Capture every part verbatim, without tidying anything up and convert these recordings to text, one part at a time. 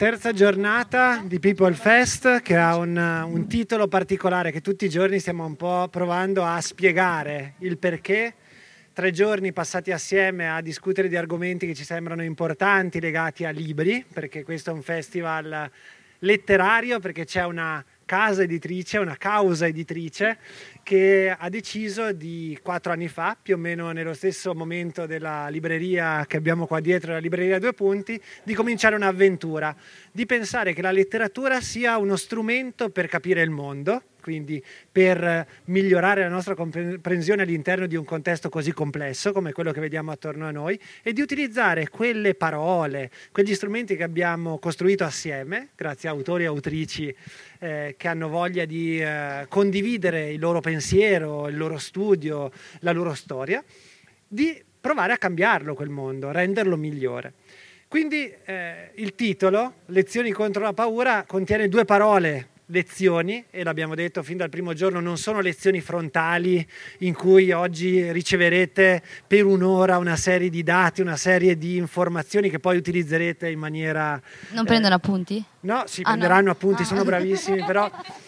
terza giornata di People Fest, che ha un, un titolo particolare che tutti i giorni stiamo un po' provando a spiegare il perché. Tre giorni passati assieme a discutere di argomenti che ci sembrano importanti legati a libri, perché questo è un festival letterario, perché c'è una casa editrice, una causa editrice che ha deciso di quattro anni fa, più o meno nello stesso momento della libreria che abbiamo qua dietro, la libreria Due Punti, di cominciare un'avventura, di pensare che la letteratura sia uno strumento per capire il mondo, quindi per migliorare la nostra comprensione all'interno di un contesto così complesso come quello che vediamo attorno a noi, e di utilizzare quelle parole, quegli strumenti che abbiamo costruito assieme, grazie a autori e autrici eh, che hanno voglia di eh, condividere il loro pensiero, il loro studio, la loro storia, di provare a cambiarlo quel mondo, renderlo migliore. Quindi eh, il titolo, Lezioni contro la paura, contiene due parole: lezioni, e l'abbiamo detto fin dal primo giorno, non sono lezioni frontali in cui oggi riceverete per un'ora una serie di dati, una serie di informazioni che poi utilizzerete in maniera... Non eh, prendono appunti? No, si ah, prenderanno no. appunti, ah. sono bravissimi, però...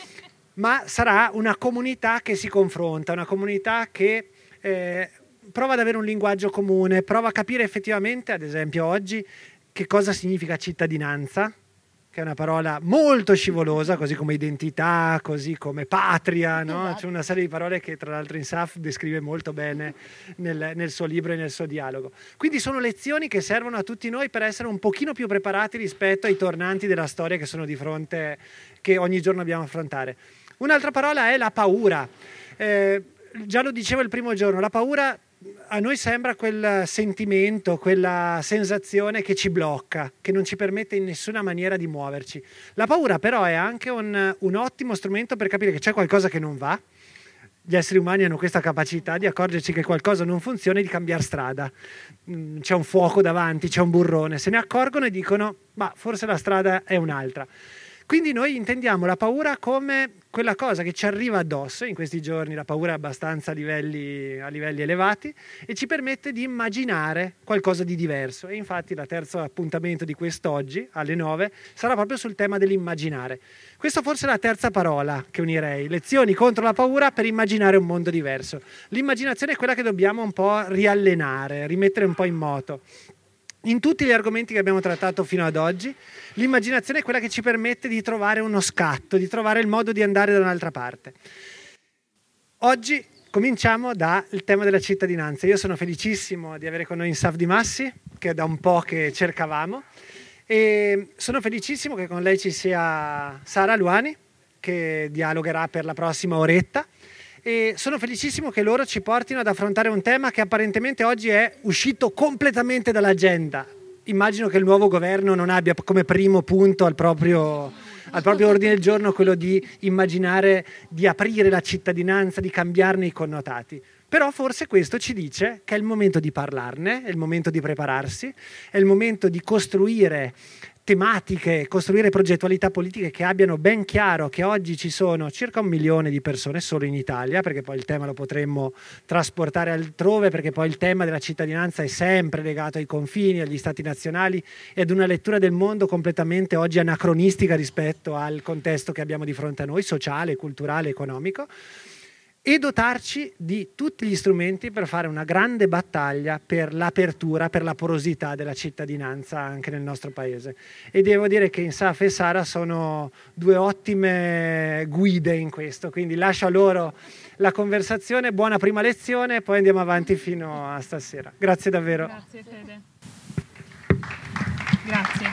ma sarà una comunità che si confronta, una comunità che eh, prova ad avere un linguaggio comune, prova a capire effettivamente, ad esempio oggi, che cosa significa cittadinanza, che è una parola molto scivolosa, così come identità, così come patria, no? Esatto. C'è una serie di parole che tra l'altro Insaf descrive molto bene nel, nel suo libro e nel suo dialogo. Quindi sono lezioni che servono a tutti noi per essere un pochino più preparati rispetto ai tornanti della storia che sono di fronte, che ogni giorno dobbiamo affrontare. Un'altra parola è la paura. Eh, già lo dicevo il primo giorno, la paura a noi sembra quel sentimento, quella sensazione che ci blocca, che non ci permette in nessuna maniera di muoverci. La paura però è anche un, un ottimo strumento per capire che c'è qualcosa che non va. Gli esseri umani hanno questa capacità di accorgerci che qualcosa non funziona e di cambiare strada. C'è un fuoco davanti, c'è un burrone, se ne accorgono e dicono ma forse la strada è un'altra. Quindi noi intendiamo la paura come quella cosa che ci arriva addosso. In questi giorni la paura è abbastanza a livelli, a livelli elevati e ci permette di immaginare qualcosa di diverso. E infatti il terzo appuntamento di quest'oggi, alle nove, sarà proprio sul tema dell'immaginare. Questa forse è la terza parola che unirei: lezioni contro la paura per immaginare un mondo diverso. L'immaginazione è quella che dobbiamo un po' riallenare, rimettere un po' in moto. In tutti gli argomenti che abbiamo trattato fino ad oggi, l'immaginazione è quella che ci permette di trovare uno scatto, di trovare il modo di andare da un'altra parte. Oggi cominciamo dal tema della cittadinanza. Io sono felicissimo di avere con noi Insaf Di Massi, che è da un po' che cercavamo, e sono felicissimo che con lei ci sia Sara Luani, che dialogherà per la prossima oretta. E sono felicissimo che loro ci portino ad affrontare un tema che apparentemente oggi è uscito completamente dall'agenda. Immagino che il nuovo governo non abbia come primo punto al proprio, al proprio ordine del giorno quello di immaginare di aprire la cittadinanza, di cambiarne i connotati. Però forse questo ci dice che è il momento di parlarne, è il momento di prepararsi, è il momento di costruire tematiche, costruire progettualità politiche che abbiano ben chiaro che oggi ci sono circa un milione di persone solo in Italia, perché poi il tema lo potremmo trasportare altrove, perché poi il tema della cittadinanza è sempre legato ai confini, agli stati nazionali e ad una lettura del mondo completamente oggi anacronistica rispetto al contesto che abbiamo di fronte a noi, sociale, culturale, economico, e dotarci di tutti gli strumenti per fare una grande battaglia per l'apertura, per la porosità della cittadinanza anche nel nostro paese. E devo dire che Insaf e Sara sono due ottime guide in questo, quindi lascio a loro la conversazione, buona prima lezione, poi andiamo avanti fino a stasera. Grazie davvero. Grazie Fede. Grazie.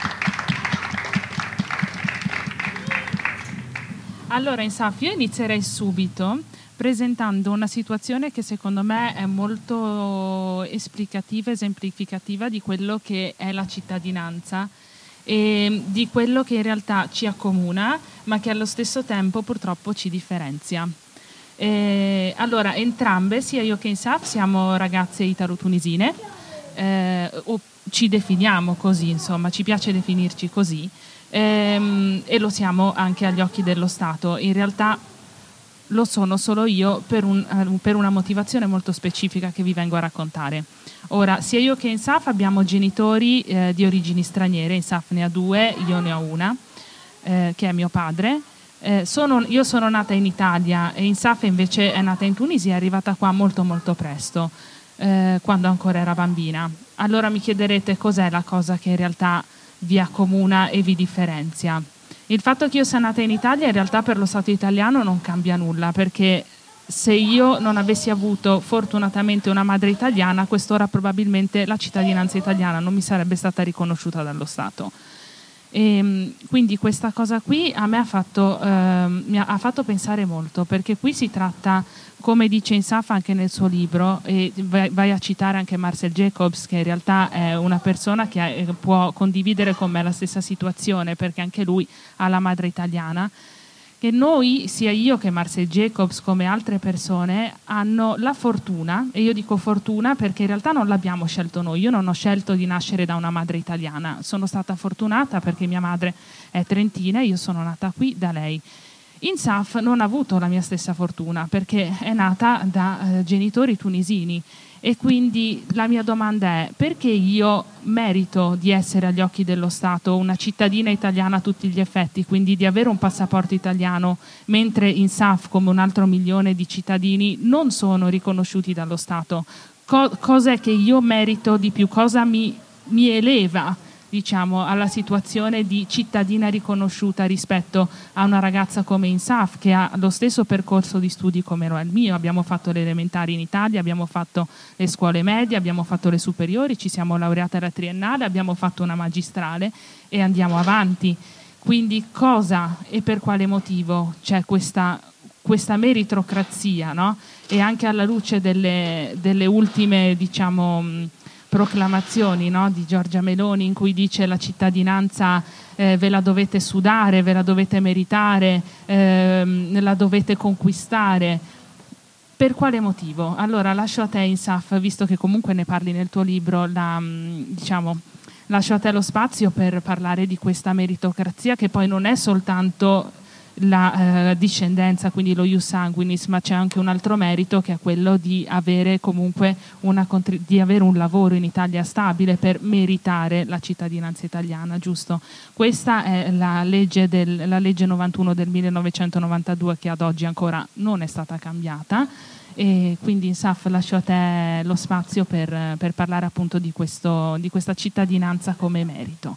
Allora Insaf, io inizierei subito presentando una situazione che secondo me è molto esplicativa, esemplificativa di quello che è la cittadinanza e di quello che in realtà ci accomuna, ma che allo stesso tempo purtroppo ci differenzia. E allora, entrambe, sia io che Insaf, siamo ragazze italo-tunisine, eh, o ci definiamo così, insomma, ci piace definirci così, ehm, e lo siamo anche agli occhi dello Stato. In realtà lo sono solo io per, un, per una motivazione molto specifica che vi vengo a raccontare. Ora, sia io che Insaf abbiamo genitori eh, di origini straniere. Insaf ne ha due, io ne ho una, eh, che è mio padre. Eh, sono, io sono nata in Italia e Insaf invece è nata in Tunisia, è arrivata qua molto molto presto, eh, quando ancora era bambina. Allora mi chiederete cos'è la cosa che in realtà vi accomuna e vi differenzia. Il fatto che io sia nata in Italia in realtà per lo Stato italiano non cambia nulla, perché se io non avessi avuto fortunatamente una madre italiana, quest'ora probabilmente la cittadinanza italiana non mi sarebbe stata riconosciuta dallo Stato. E quindi questa cosa qui a me ha fatto, eh, mi ha, ha fatto pensare molto, perché qui si tratta, come dice Insaf anche nel suo libro, e vai, vai a citare anche Marcel Jacobs, che in realtà è una persona che ha, può condividere con me la stessa situazione, perché anche lui ha la madre italiana, che noi, sia io che Marcel Jacobs, come altre persone, hanno la fortuna, e io dico fortuna perché in realtà non l'abbiamo scelto noi, io non ho scelto di nascere da una madre italiana, sono stata fortunata perché mia madre è trentina e io sono nata qui da lei. Insaf non ha avuto la mia stessa fortuna perché è nata da eh, genitori tunisini, e quindi la mia domanda è: perché io merito di essere agli occhi dello Stato una cittadina italiana a tutti gli effetti, quindi di avere un passaporto italiano, mentre Insaf, come un altro milione di cittadini, non sono riconosciuti dallo Stato? Co- cos'è che io merito di più? Cosa mi, mi eleva, diciamo, alla situazione di cittadina riconosciuta rispetto a una ragazza come Insaf, che ha lo stesso percorso di studi come lo è il mio? Abbiamo fatto le elementari in Italia, abbiamo fatto le scuole medie, abbiamo fatto le superiori, ci siamo laureate alla triennale, abbiamo fatto una magistrale e andiamo avanti. Quindi cosa e per quale motivo c'è questa, questa meritocrazia, no? E anche alla luce delle, delle ultime, diciamo, proclamazioni, no, di Giorgia Meloni, in cui dice la cittadinanza eh, ve la dovete sudare, ve la dovete meritare, ehm, la dovete conquistare. Per quale motivo? Allora lascio a te, Insaf, visto che comunque ne parli nel tuo libro, la, diciamo, lascio a te lo spazio per parlare di questa meritocrazia, che poi non è soltanto la eh, discendenza, quindi lo ius sanguinis, ma c'è anche un altro merito, che è quello di avere comunque una di avere un lavoro in Italia stabile per meritare la cittadinanza italiana, giusto? Questa è la legge, del, la legge novantuno del millenovecentonovantadue, che ad oggi ancora non è stata cambiata, e quindi Insaf lascio a te lo spazio per, per parlare appunto di, questo, di questa cittadinanza come merito.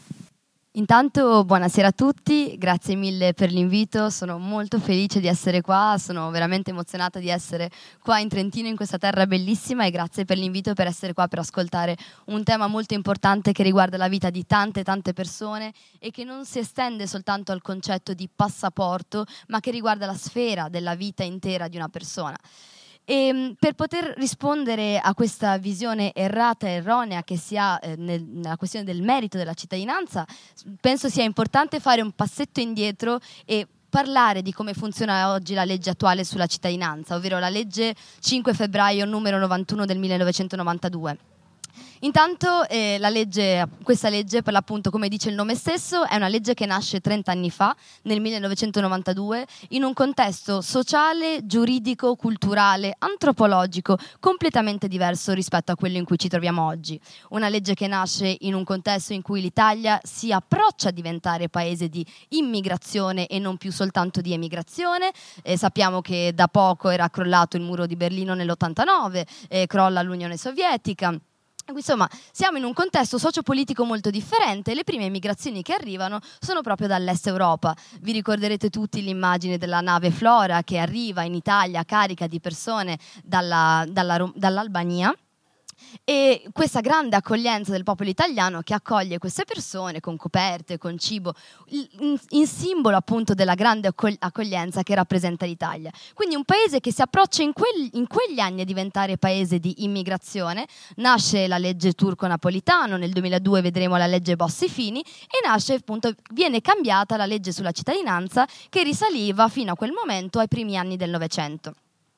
Intanto buonasera a tutti, grazie mille per l'invito, sono molto felice di essere qua, sono veramente emozionata di essere qua in Trentino, in questa terra bellissima, e grazie per l'invito, per essere qua per ascoltare un tema molto importante che riguarda la vita di tante tante persone e che non si estende soltanto al concetto di passaporto, ma che riguarda la sfera della vita intera di una persona. E per poter rispondere a questa visione errata e erronea che si ha eh, nel, nella questione del merito della cittadinanza, penso sia importante fare un passetto indietro e parlare di come funziona oggi la legge attuale sulla cittadinanza, ovvero la legge cinque febbraio numero novantuno del millenovecentonovantadue. Intanto eh, la legge, questa legge, per l'appunto, come dice il nome stesso, è una legge che nasce trenta anni fa, nel millenovecentonovantadue, in un contesto sociale, giuridico, culturale, antropologico completamente diverso rispetto a quello in cui ci troviamo oggi. Una legge che nasce in un contesto in cui l'Italia si approccia a diventare paese di immigrazione e non più soltanto di emigrazione. Eh, sappiamo che da poco era crollato il muro di Berlino nell'ottantanove, eh, crolla l'Unione Sovietica. Insomma, siamo in un contesto sociopolitico molto differente. Le prime migrazioni che arrivano sono proprio dall'est Europa. Vi ricorderete tutti l'immagine della nave Flora che arriva in Italia carica di persone dalla, dalla, dall'Albania. E questa grande accoglienza del popolo italiano che accoglie queste persone con coperte, con cibo, in, in simbolo appunto della grande accoglienza che rappresenta l'Italia. Quindi un paese che si approccia in, quel, in quegli anni a diventare paese di immigrazione. Nasce la legge Turco-Napolitano, nel duemiladue vedremo la legge Bossi-Fini, e nasce appunto, viene cambiata la legge sulla cittadinanza che risaliva fino a quel momento ai primi anni del Novecento.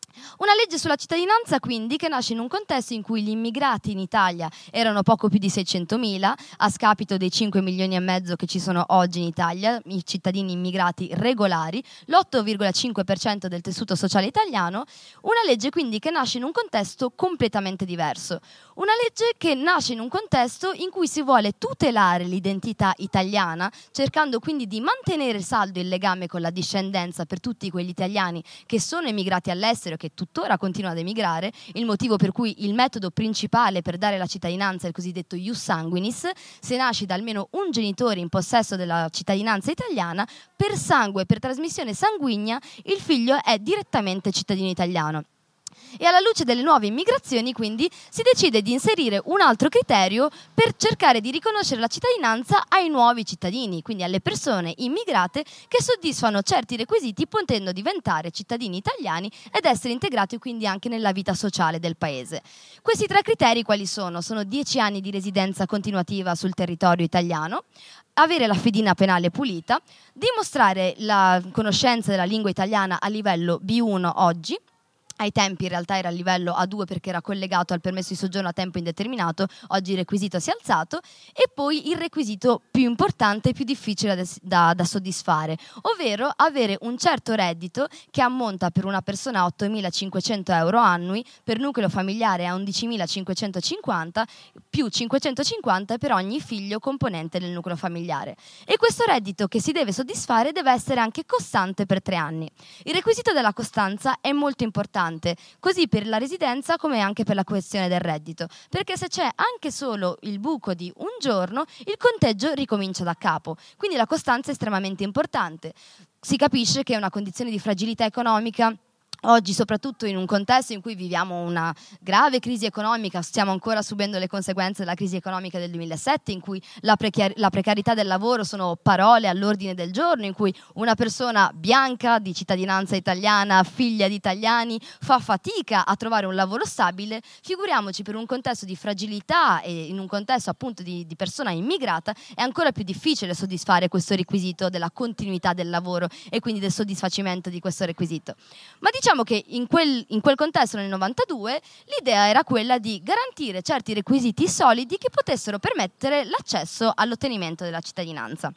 Una legge sulla cittadinanza quindi che nasce in un contesto in cui gli immigrati in Italia erano poco più di seicentomila, a scapito dei cinque milioni e mezzo che ci sono oggi in Italia, i cittadini immigrati regolari, l'otto virgola cinque per cento del tessuto sociale italiano. Una legge quindi che nasce in un contesto completamente diverso. Una legge che nasce in un contesto in cui si vuole tutelare l'identità italiana, cercando quindi di mantenere saldo il legame con la discendenza per tutti quegli italiani che sono emigrati all'estero, che tuttora continua ad emigrare, il motivo per cui il metodo principale per dare la cittadinanza è il cosiddetto ius sanguinis. Se nasci da almeno un genitore in possesso della cittadinanza italiana, per sangue, per trasmissione sanguigna, il figlio è direttamente cittadino italiano. E alla luce delle nuove immigrazioni, quindi, si decide di inserire un altro criterio per cercare di riconoscere la cittadinanza ai nuovi cittadini, quindi alle persone immigrate che soddisfano certi requisiti potendo diventare cittadini italiani ed essere integrati quindi anche nella vita sociale del paese. Questi tre criteri quali sono? Sono dieci anni di residenza continuativa sul territorio italiano, avere la fedina penale pulita, dimostrare la conoscenza della lingua italiana a livello B uno oggi. Ai tempi in realtà era a livello A due perché era collegato al permesso di soggiorno a tempo indeterminato, oggi il requisito si è alzato, e poi il requisito più importante e più difficile da, da, da soddisfare, ovvero avere un certo reddito che ammonta per una persona a ottomilacinquecento euro annui, per nucleo familiare a undicimilacinquecentocinquanta, più cinquecentocinquanta per ogni figlio componente del nucleo familiare. E questo reddito che si deve soddisfare deve essere anche costante per tre anni. Il requisito della costanza è molto importante, così per la residenza come anche per la questione del reddito, perché se c'è anche solo il buco di un giorno, il conteggio ricomincia da capo, quindi la costanza è estremamente importante. Si capisce che è una condizione di fragilità economica oggi, soprattutto in un contesto in cui viviamo una grave crisi economica, stiamo ancora subendo le conseguenze della crisi economica del duemilasette, in cui la, precar- la precarietà del lavoro sono parole all'ordine del giorno, in cui una persona bianca di cittadinanza italiana, figlia di italiani, fa fatica a trovare un lavoro stabile. Figuriamoci per un contesto di fragilità e in un contesto appunto di, di persona immigrata, è ancora più difficile soddisfare questo requisito della continuità del lavoro e quindi del soddisfacimento di questo requisito. Ma diciamo Diciamo che in quel, in quel contesto nel novantadue l'idea era quella di garantire certi requisiti solidi che potessero permettere l'accesso all'ottenimento della cittadinanza.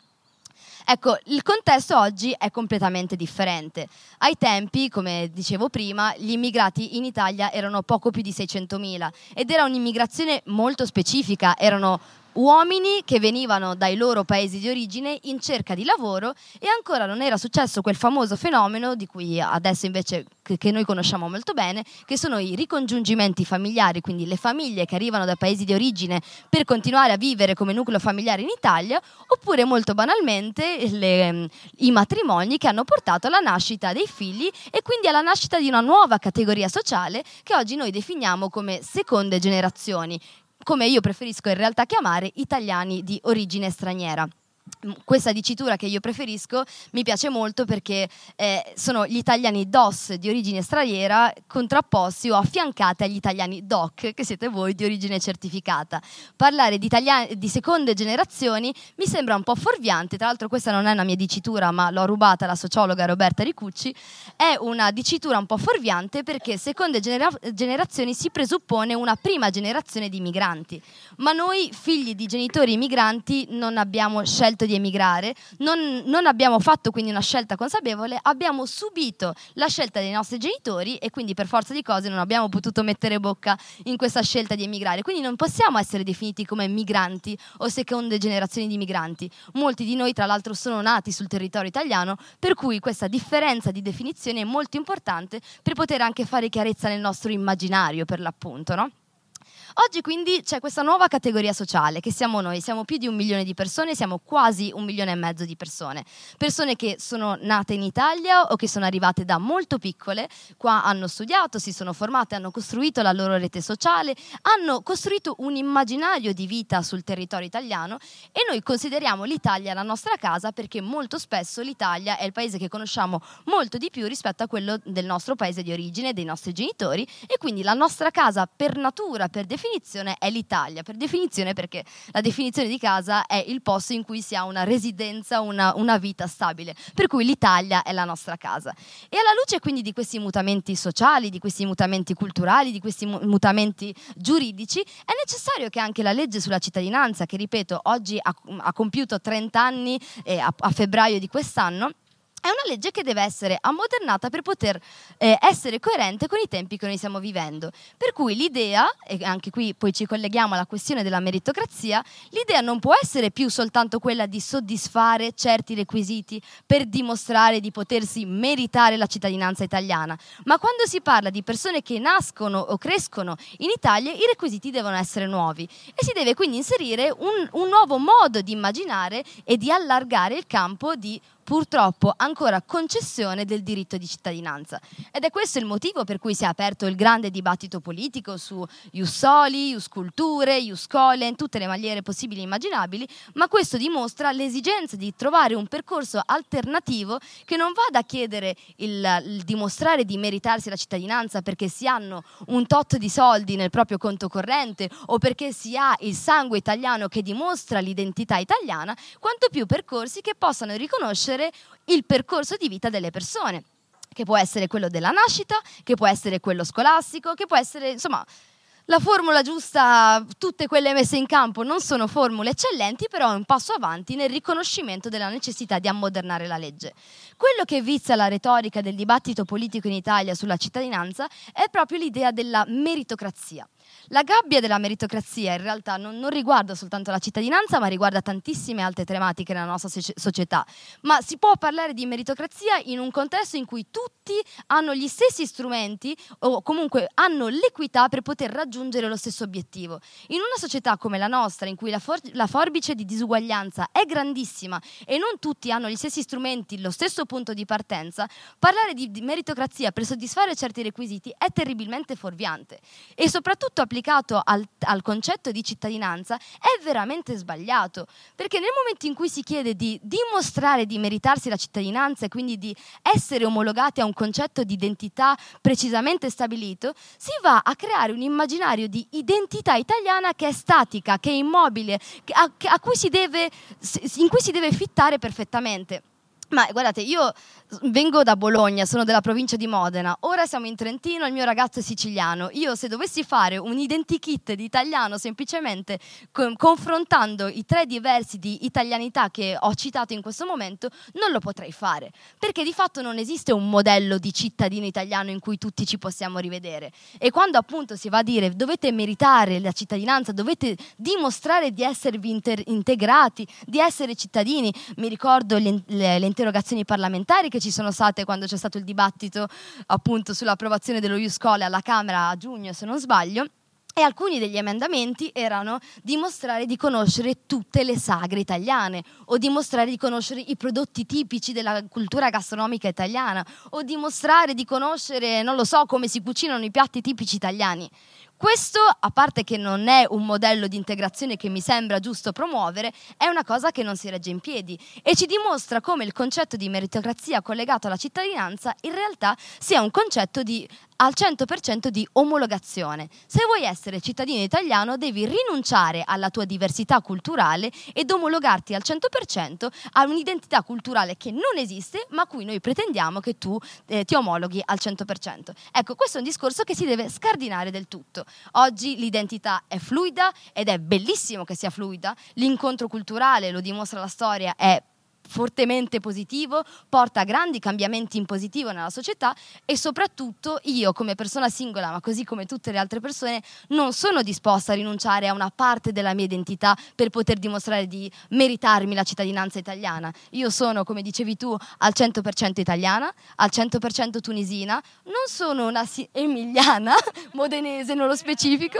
Ecco, il contesto oggi è completamente differente. Ai tempi, come dicevo prima, gli immigrati in Italia erano poco più di seicentomila ed era un'immigrazione molto specifica, erano uomini che venivano dai loro paesi di origine in cerca di lavoro e ancora non era successo quel famoso fenomeno di cui adesso invece che, che noi conosciamo molto bene, che sono i ricongiungimenti familiari, quindi le famiglie che arrivano dai paesi di origine per continuare a vivere come nucleo familiare in Italia, oppure molto banalmente le, i matrimoni che hanno portato alla nascita dei figli e quindi alla nascita di una nuova categoria sociale che oggi noi definiamo come seconde generazioni, come io preferisco in realtà chiamare italiani di origine straniera. Questa dicitura che io preferisco mi piace molto perché eh, sono gli italiani D O S di origine straniera contrapposti o affiancati agli italiani D O C, che siete voi, di origine certificata. Parlare di, italiani, di seconde generazioni mi sembra un po' fuorviante, tra l'altro questa non è una mia dicitura ma l'ho rubata alla sociologa Roberta Ricucci, è una dicitura un po' fuorviante perché seconde genera- generazioni si presuppone una prima generazione di migranti, ma noi figli di genitori migranti non abbiamo scelto di emigrare, non, non abbiamo fatto quindi una scelta consapevole, abbiamo subito la scelta dei nostri genitori e quindi per forza di cose non abbiamo potuto mettere bocca in questa scelta di emigrare, quindi non possiamo essere definiti come migranti o seconde generazioni di migranti. Molti di noi tra l'altro sono nati sul territorio italiano, per cui questa differenza di definizione è molto importante per poter anche fare chiarezza nel nostro immaginario, per l'appunto, no? Oggi quindi c'è questa nuova categoria sociale che siamo noi, siamo più di un milione di persone, siamo quasi un milione e mezzo di persone, persone che sono nate in Italia o che sono arrivate da molto piccole, qua hanno studiato, si sono formate, hanno costruito la loro rete sociale, hanno costruito un immaginario di vita sul territorio italiano e noi consideriamo l'Italia la nostra casa perché molto spesso l'Italia è il paese che conosciamo molto di più rispetto a quello del nostro paese di origine, dei nostri genitori, e quindi la nostra casa per natura, per definizione, definizione è l'Italia, per definizione perché la definizione di casa è il posto in cui si ha una residenza, una, una vita stabile, per cui l'Italia è la nostra casa. E alla luce quindi di questi mutamenti sociali, di questi mutamenti culturali, di questi mutamenti giuridici, è necessario che anche la legge sulla cittadinanza, che ripeto oggi ha, ha compiuto trenta anni eh, a, a febbraio di quest'anno, è una legge che deve essere ammodernata per poter eh, essere coerente con i tempi che noi stiamo vivendo. Per cui l'idea, e anche qui poi ci colleghiamo alla questione della meritocrazia, l'idea non può essere più soltanto quella di soddisfare certi requisiti per dimostrare di potersi meritare la cittadinanza italiana, ma quando si parla di persone che nascono o crescono in Italia, i requisiti devono essere nuovi e si deve quindi inserire un, un nuovo modo di immaginare e di allargare il campo di purtroppo ancora concessione del diritto di cittadinanza. Ed è questo il motivo per cui si è aperto il grande dibattito politico su ius soli, ius culture, ius scholae, in tutte le maniere possibili e immaginabili, ma questo dimostra l'esigenza di trovare un percorso alternativo che non vada a chiedere il, il dimostrare di meritarsi la cittadinanza perché si hanno un tot di soldi nel proprio conto corrente o perché si ha il sangue italiano che dimostra l'identità italiana, quanto più percorsi che possano riconoscere il percorso di vita delle persone, che può essere quello della nascita, che può essere quello scolastico, che può essere, insomma, la formula giusta. Tutte quelle messe in campo non sono formule eccellenti, però è un passo avanti nel riconoscimento della necessità di ammodernare la legge. Quello che vizia la retorica del dibattito politico in Italia sulla cittadinanza è proprio l'idea della meritocrazia. La gabbia della meritocrazia in realtà non, non riguarda soltanto la cittadinanza, ma riguarda tantissime altre tematiche nella nostra società. Ma si può parlare di meritocrazia in un contesto in cui tutti hanno gli stessi strumenti o comunque hanno l'equità per poter raggiungere lo stesso obiettivo. In una società come la nostra, in cui la, for- la forbice di disuguaglianza è grandissima e non tutti hanno gli stessi strumenti, lo stesso punto di partenza, parlare di, di meritocrazia per soddisfare certi requisiti è terribilmente fuorviante e soprattutto applicato al, al concetto di cittadinanza è veramente sbagliato, perché nel momento in cui si chiede di dimostrare di meritarsi la cittadinanza e quindi di essere omologati a un concetto di identità precisamente stabilito, si va a creare un immaginario di identità italiana che è statica, che è immobile, che, a, a cui si deve, in cui si deve fittare perfettamente. Ma guardate, io vengo da Bologna, sono della provincia di Modena, ora siamo in Trentino, il mio ragazzo è siciliano. Io se dovessi fare un identikit di italiano semplicemente co- confrontando i tre diversi di italianità che ho citato in questo momento, non lo potrei fare, perché di fatto non esiste un modello di cittadino italiano in cui tutti ci possiamo rivedere. E quando appunto si va a dire dovete meritare la cittadinanza, dovete dimostrare di esservi inter- integrati, di essere cittadini, mi ricordo le, le, le interrogazioni parlamentari che ci sono state quando c'è stato il dibattito appunto sull'approvazione dello ius scholae alla Camera a giugno, se non sbaglio. E alcuni degli emendamenti erano dimostrare di conoscere tutte le sagre italiane o dimostrare di conoscere i prodotti tipici della cultura gastronomica italiana o dimostrare di conoscere, non lo so, come si cucinano i piatti tipici italiani. Questo, a parte che non è un modello di integrazione che mi sembra giusto promuovere, è una cosa che non si regge in piedi e ci dimostra come il concetto di meritocrazia collegato alla cittadinanza in realtà sia un concetto di al cento per cento di omologazione. Se vuoi essere cittadino italiano devi rinunciare alla tua diversità culturale ed omologarti al cento per cento a un'identità culturale che non esiste ma a cui noi pretendiamo che tu eh, ti omologhi al cento per cento. Ecco, questo è un discorso che si deve scardinare del tutto. Oggi l'identità è fluida ed è bellissimo che sia fluida, l'incontro culturale, lo dimostra la storia, è fortemente positivo, porta a grandi cambiamenti in positivo nella società e soprattutto io come persona singola, ma così come tutte le altre persone, non sono disposta a rinunciare a una parte della mia identità per poter dimostrare di meritarmi la cittadinanza italiana. Io sono, come dicevi tu, al cento per cento italiana, al cento per cento tunisina, non sono una si- emiliana, modenese nello specifico.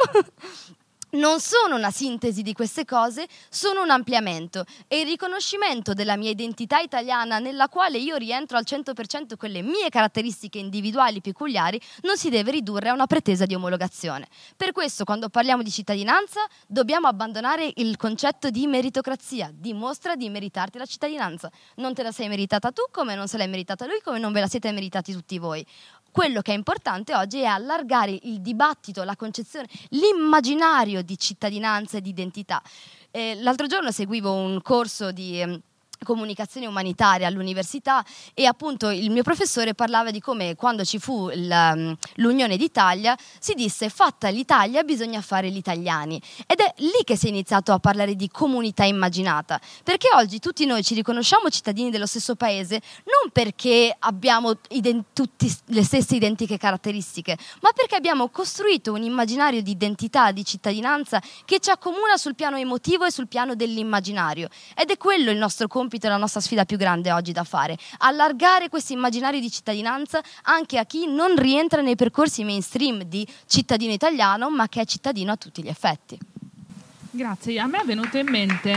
Non sono una sintesi di queste cose, sono un ampliamento e il riconoscimento della mia identità italiana nella quale io rientro al cento per cento con le mie caratteristiche individuali peculiari non si deve ridurre a una pretesa di omologazione. Per questo quando parliamo di cittadinanza dobbiamo abbandonare il concetto di meritocrazia, dimostra di meritarti la cittadinanza. Non te la sei meritata tu come non se l'hai meritata lui come non ve la siete meritati tutti voi. quello che è importante oggi è allargare il dibattito, la concezione, l'immaginario di cittadinanza e di identità. Eh, l'altro giorno seguivo un corso di eh, comunicazione umanitaria all'università e appunto il mio professore parlava di come quando ci fu il, l'Unione d'Italia si disse fatta l'Italia bisogna fare gli italiani, ed è lì che si è iniziato a parlare di comunità immaginata, perché oggi tutti noi ci riconosciamo cittadini dello stesso paese non perché abbiamo ident- tutte le stesse identiche caratteristiche, ma perché abbiamo costruito un immaginario di identità, di cittadinanza che ci accomuna sul piano emotivo e sul piano dell'immaginario, ed è quello il nostro compito, la nostra sfida più grande oggi da fare, allargare questo immaginario di cittadinanza anche a chi non rientra nei percorsi mainstream di cittadino italiano, ma che è cittadino a tutti gli effetti. Grazie, a me è venuto in mente,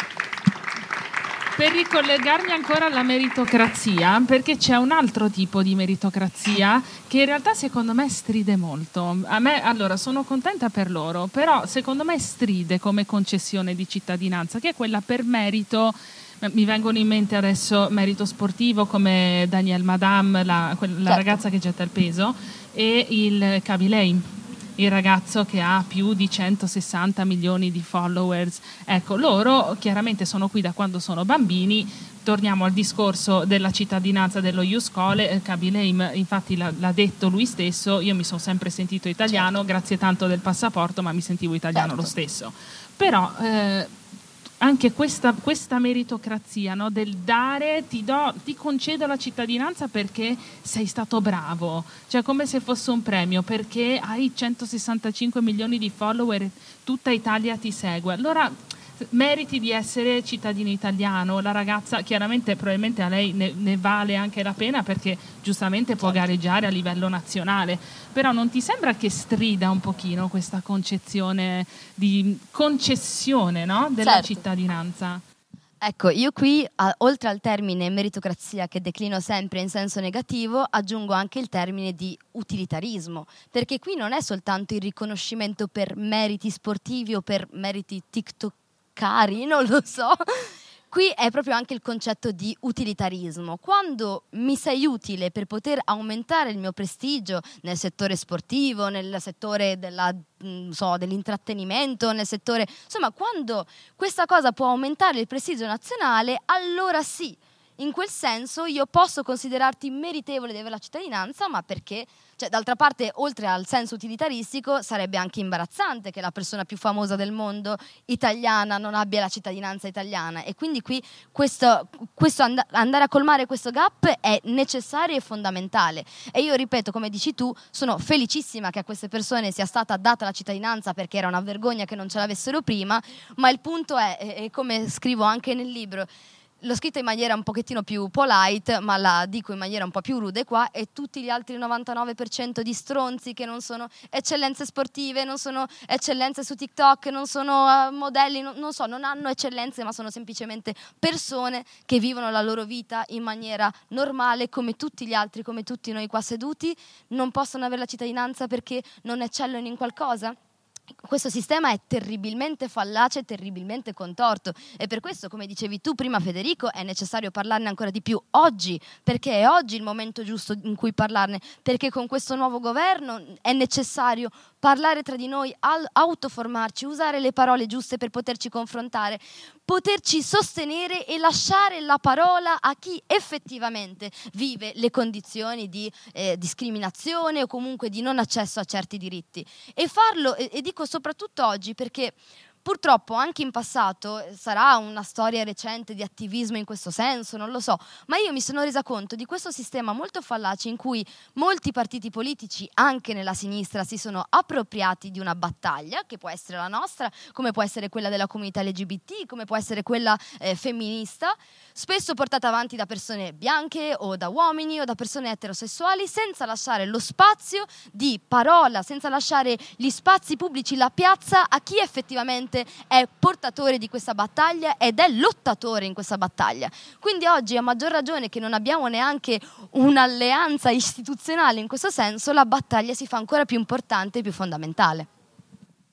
per ricollegarmi ancora alla meritocrazia, perché c'è un altro tipo di meritocrazia che in realtà secondo me stride molto. A me, allora, sono contenta per loro, però secondo me stride come concessione di cittadinanza, che è quella per merito. Mi vengono in mente adesso merito sportivo come Danielle Madame, la, la certo. ragazza che getta il peso, e il Kabilei, il ragazzo che ha più di centosessanta milioni di followers. Ecco, loro chiaramente sono qui da quando sono bambini. Torniamo al discorso della cittadinanza dello Ius Scholae. Kabilei infatti l'ha, l'ha detto lui stesso, io mi sono sempre sentito italiano, certo. grazie tanto del passaporto, ma mi sentivo italiano certo. lo stesso. Però eh, anche questa, questa meritocrazia, no, del dare, ti, do, ti concedo la cittadinanza perché sei stato bravo, cioè come se fosse un premio, perché hai centosessantacinque milioni di follower e tutta Italia ti segue, allora meriti di essere cittadino italiano. La ragazza chiaramente probabilmente a lei ne, ne vale anche la pena perché giustamente può gareggiare a livello nazionale, però non ti sembra che strida un pochino questa concezione di concessione, no? della certo. cittadinanza? Ecco, io qui, a, oltre al termine meritocrazia che declino sempre in senso negativo, aggiungo anche il termine di utilitarismo, perché qui non è soltanto il riconoscimento per meriti sportivi o per meriti TikTok cari, non lo so. Qui è proprio anche il concetto di utilitarismo. Quando mi sei utile per poter aumentare il mio prestigio nel settore sportivo, nel settore della, non so, dell'intrattenimento, nel settore... Insomma, quando questa cosa può aumentare il prestigio nazionale, allora sì, in quel senso io posso considerarti meritevole di avere la cittadinanza, ma perché, cioè, d'altra parte, oltre al senso utilitaristico, sarebbe anche imbarazzante che la persona più famosa del mondo italiana non abbia la cittadinanza italiana, e quindi qui questo, questo and- andare a colmare questo gap è necessario e fondamentale. E io ripeto, come dici tu, sono felicissima che a queste persone sia stata data la cittadinanza, perché era una vergogna che non ce l'avessero prima, ma il punto è, e come scrivo anche nel libro, l'ho scritto in maniera un pochettino più polite, ma la dico in maniera un po' più rude qua, e tutti gli altri novantanove per cento di stronzi che non sono eccellenze sportive, non sono eccellenze su TikTok, non sono uh, modelli, non, non so, non hanno eccellenze, ma sono semplicemente persone che vivono la loro vita in maniera normale, come tutti gli altri, come tutti noi qua seduti, non possono avere la cittadinanza perché non eccellono in qualcosa? Questo sistema è terribilmente fallace, terribilmente contorto, e per questo, come dicevi tu prima Federico, è necessario parlarne ancora di più oggi, perché è oggi il momento giusto in cui parlarne, perché con questo nuovo governo è necessario parlare tra di noi, autoformarci, usare le parole giuste per poterci confrontare, poterci sostenere e lasciare la parola a chi effettivamente vive le condizioni di eh, discriminazione o comunque di non accesso a certi diritti, e farlo, e, e dico soprattutto oggi, perché purtroppo anche in passato, sarà una storia recente di attivismo in questo senso, non lo so, ma io mi sono resa conto di questo sistema molto fallace in cui molti partiti politici, anche nella sinistra, si sono appropriati di una battaglia che può essere la nostra, come può essere quella della comunità L G B T, come può essere quella eh, femminista, spesso portata avanti da persone bianche o da uomini o da persone eterosessuali, senza lasciare lo spazio di parola, senza lasciare gli spazi pubblici, la piazza, a chi effettivamente è portatore di questa battaglia ed è lottatore in questa battaglia. Quindi oggi, a maggior ragione che non abbiamo neanche un'alleanza istituzionale in questo senso, la battaglia si fa ancora più importante e più fondamentale.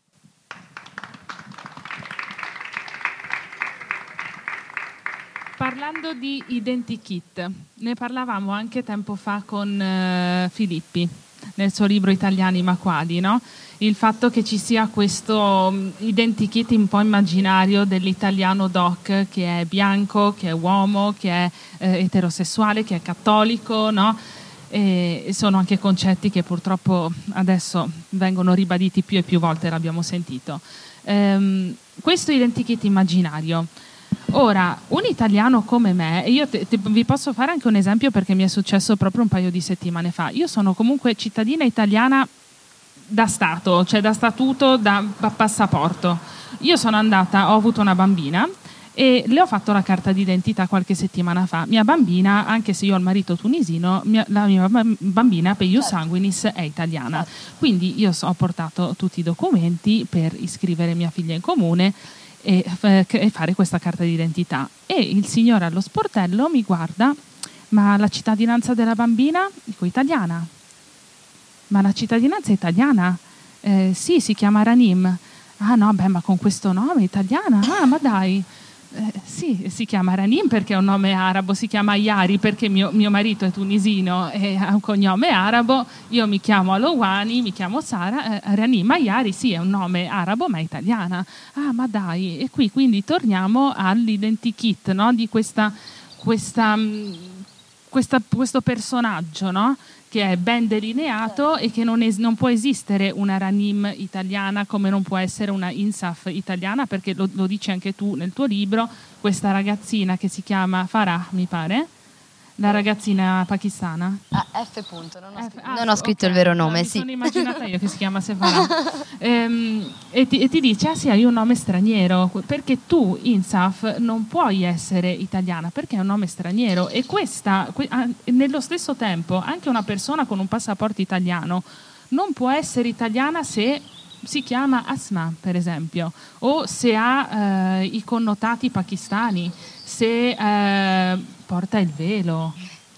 Par- parlando di identikit, ne parlavamo anche tempo fa con uh, Filippi nel suo libro Italiani ma quali, no? Il fatto che ci sia questo um, identikit un po' immaginario dell'italiano doc che è bianco, che è uomo, che è eh, eterosessuale, che è cattolico, no? E, e sono anche concetti che purtroppo adesso vengono ribaditi più e più volte, l'abbiamo sentito. Ehm, questo identikit immaginario. Ora, un italiano come me, e io te, te, vi posso fare anche un esempio perché mi è successo proprio un paio di settimane fa. Io sono comunque cittadina italiana da Stato, cioè da statuto, da, da passaporto. Io sono andata, ho avuto una bambina e le ho fatto la carta d'identità qualche settimana fa. Mia bambina, anche se io ho il marito tunisino, mia, la mia bambina per ius sanguinis è italiana. Quindi io so, ho portato tutti i documenti per iscrivere mia figlia in comune e fare questa carta d'identità, e il signore allo sportello mi guarda: ma la cittadinanza della bambina? Dico italiana. Ma la cittadinanza è italiana? Eh, sì, si chiama Ranim. Ah no, beh, ma con questo nome italiana? Ah, ma dai. Eh, sì, si chiama Ranim perché è un nome arabo, si chiama Yari perché mio, mio marito è tunisino e ha un cognome arabo, io mi chiamo Alouani, mi chiamo Sara, eh, Ranim Yari sì, è un nome arabo ma è italiana. Ah, ma dai, e qui quindi torniamo all'identikit, no? Di questa, questa, questa, questo personaggio, no? Che è ben delineato e che non, es- non può esistere una Ranim italiana come non può essere una Insaf italiana, perché lo, lo dici anche tu nel tuo libro, questa ragazzina che si chiama Farah, mi pare, la ragazzina pakistana. Ah, F. Punto, non ho, F- scritto, ah, non ho scritto okay. il vero nome. No, sì. Mi sono immaginata io che si chiama Farah. ehm, e, ti, e ti dice, ah sì, hai un nome straniero, perché tu, Insaf, non puoi essere italiana, perché è un nome straniero. E questa, que- ah, nello stesso tempo, anche una persona con un passaporto italiano non può essere italiana se si chiama Asma, per esempio, o se ha eh, i connotati pakistani, se eh, porta il velo.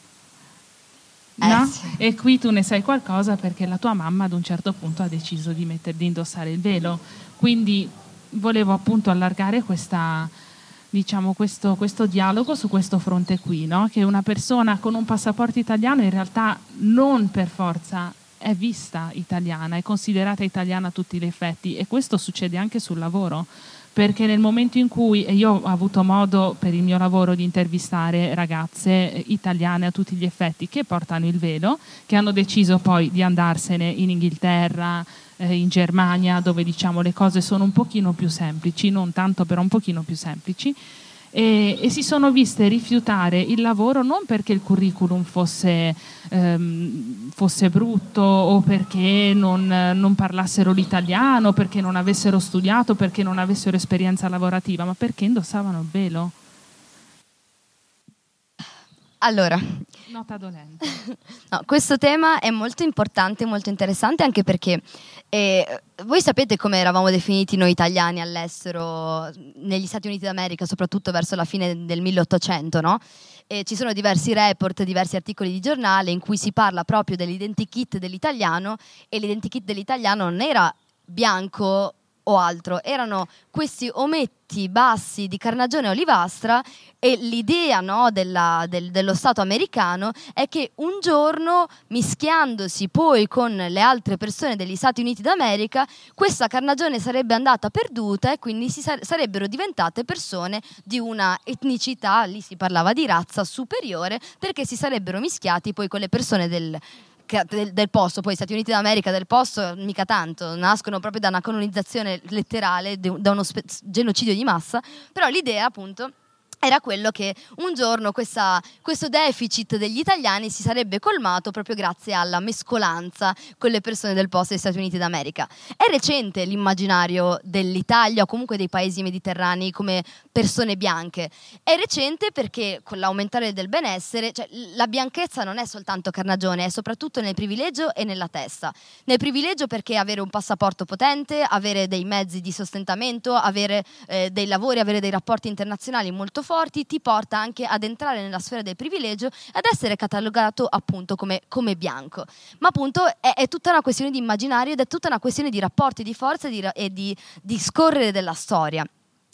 No? Eh, sì. E qui tu ne sai qualcosa perché la tua mamma ad un certo punto ha deciso di, metter, di indossare il velo. Quindi volevo appunto allargare questa, diciamo, questo, questo dialogo su questo fronte qui, no? Che una persona con un passaporto italiano in realtà non per forza è vista italiana, è considerata italiana a tutti gli effetti, e questo succede anche sul lavoro, perché nel momento in cui, e io ho avuto modo per il mio lavoro di intervistare ragazze italiane a tutti gli effetti che portano il velo, che hanno deciso poi di andarsene in Inghilterra, eh, in Germania, dove diciamo le cose sono un pochino più semplici, non tanto però un pochino più semplici, e, e si sono viste rifiutare il lavoro non perché il curriculum fosse, ehm, fosse brutto o perché non, non parlassero l'italiano, perché non avessero studiato, perché non avessero esperienza lavorativa, ma perché indossavano il velo. Allora, nota dolente. No, questo tema è molto importante, molto interessante, anche perché eh, voi sapete come eravamo definiti noi italiani all'estero, negli Stati Uniti d'America, soprattutto verso la fine del milleottocento, no? E ci sono diversi report, diversi articoli di giornale in cui si parla proprio dell'identikit dell'italiano, e l'identikit dell'italiano non era bianco o altro, erano questi ometti bassi di carnagione olivastra, e l'idea, no, della, del, dello Stato americano è che un giorno, mischiandosi poi con le altre persone degli Stati Uniti d'America, questa carnagione sarebbe andata perduta e quindi si sare- sarebbero diventate persone di una etnicità, lì si parlava di razza superiore, perché si sarebbero mischiati poi con le persone del Del, del posto. Poi gli Stati Uniti d'America del posto mica tanto, nascono proprio da una colonizzazione letterale, da uno spe- genocidio di massa, però l'idea appunto era quello che un giorno questa, questo deficit degli italiani si sarebbe colmato proprio grazie alla mescolanza con le persone del posto degli Stati Uniti d'America. È recente l'immaginario dell'Italia o comunque dei paesi mediterranei come persone bianche. È recente perché con l'aumentare del benessere, cioè, la bianchezza non è soltanto carnagione, è soprattutto nel privilegio e nella testa. Nel privilegio perché avere un passaporto potente, avere dei mezzi di sostentamento, avere eh, dei lavori, avere dei rapporti internazionali molto forti ti porta anche ad entrare nella sfera del privilegio e ad essere catalogato appunto come, come bianco. Ma appunto è, è tutta una questione di immaginario ed è tutta una questione di rapporti di forza e di, e di, di scorrere della storia.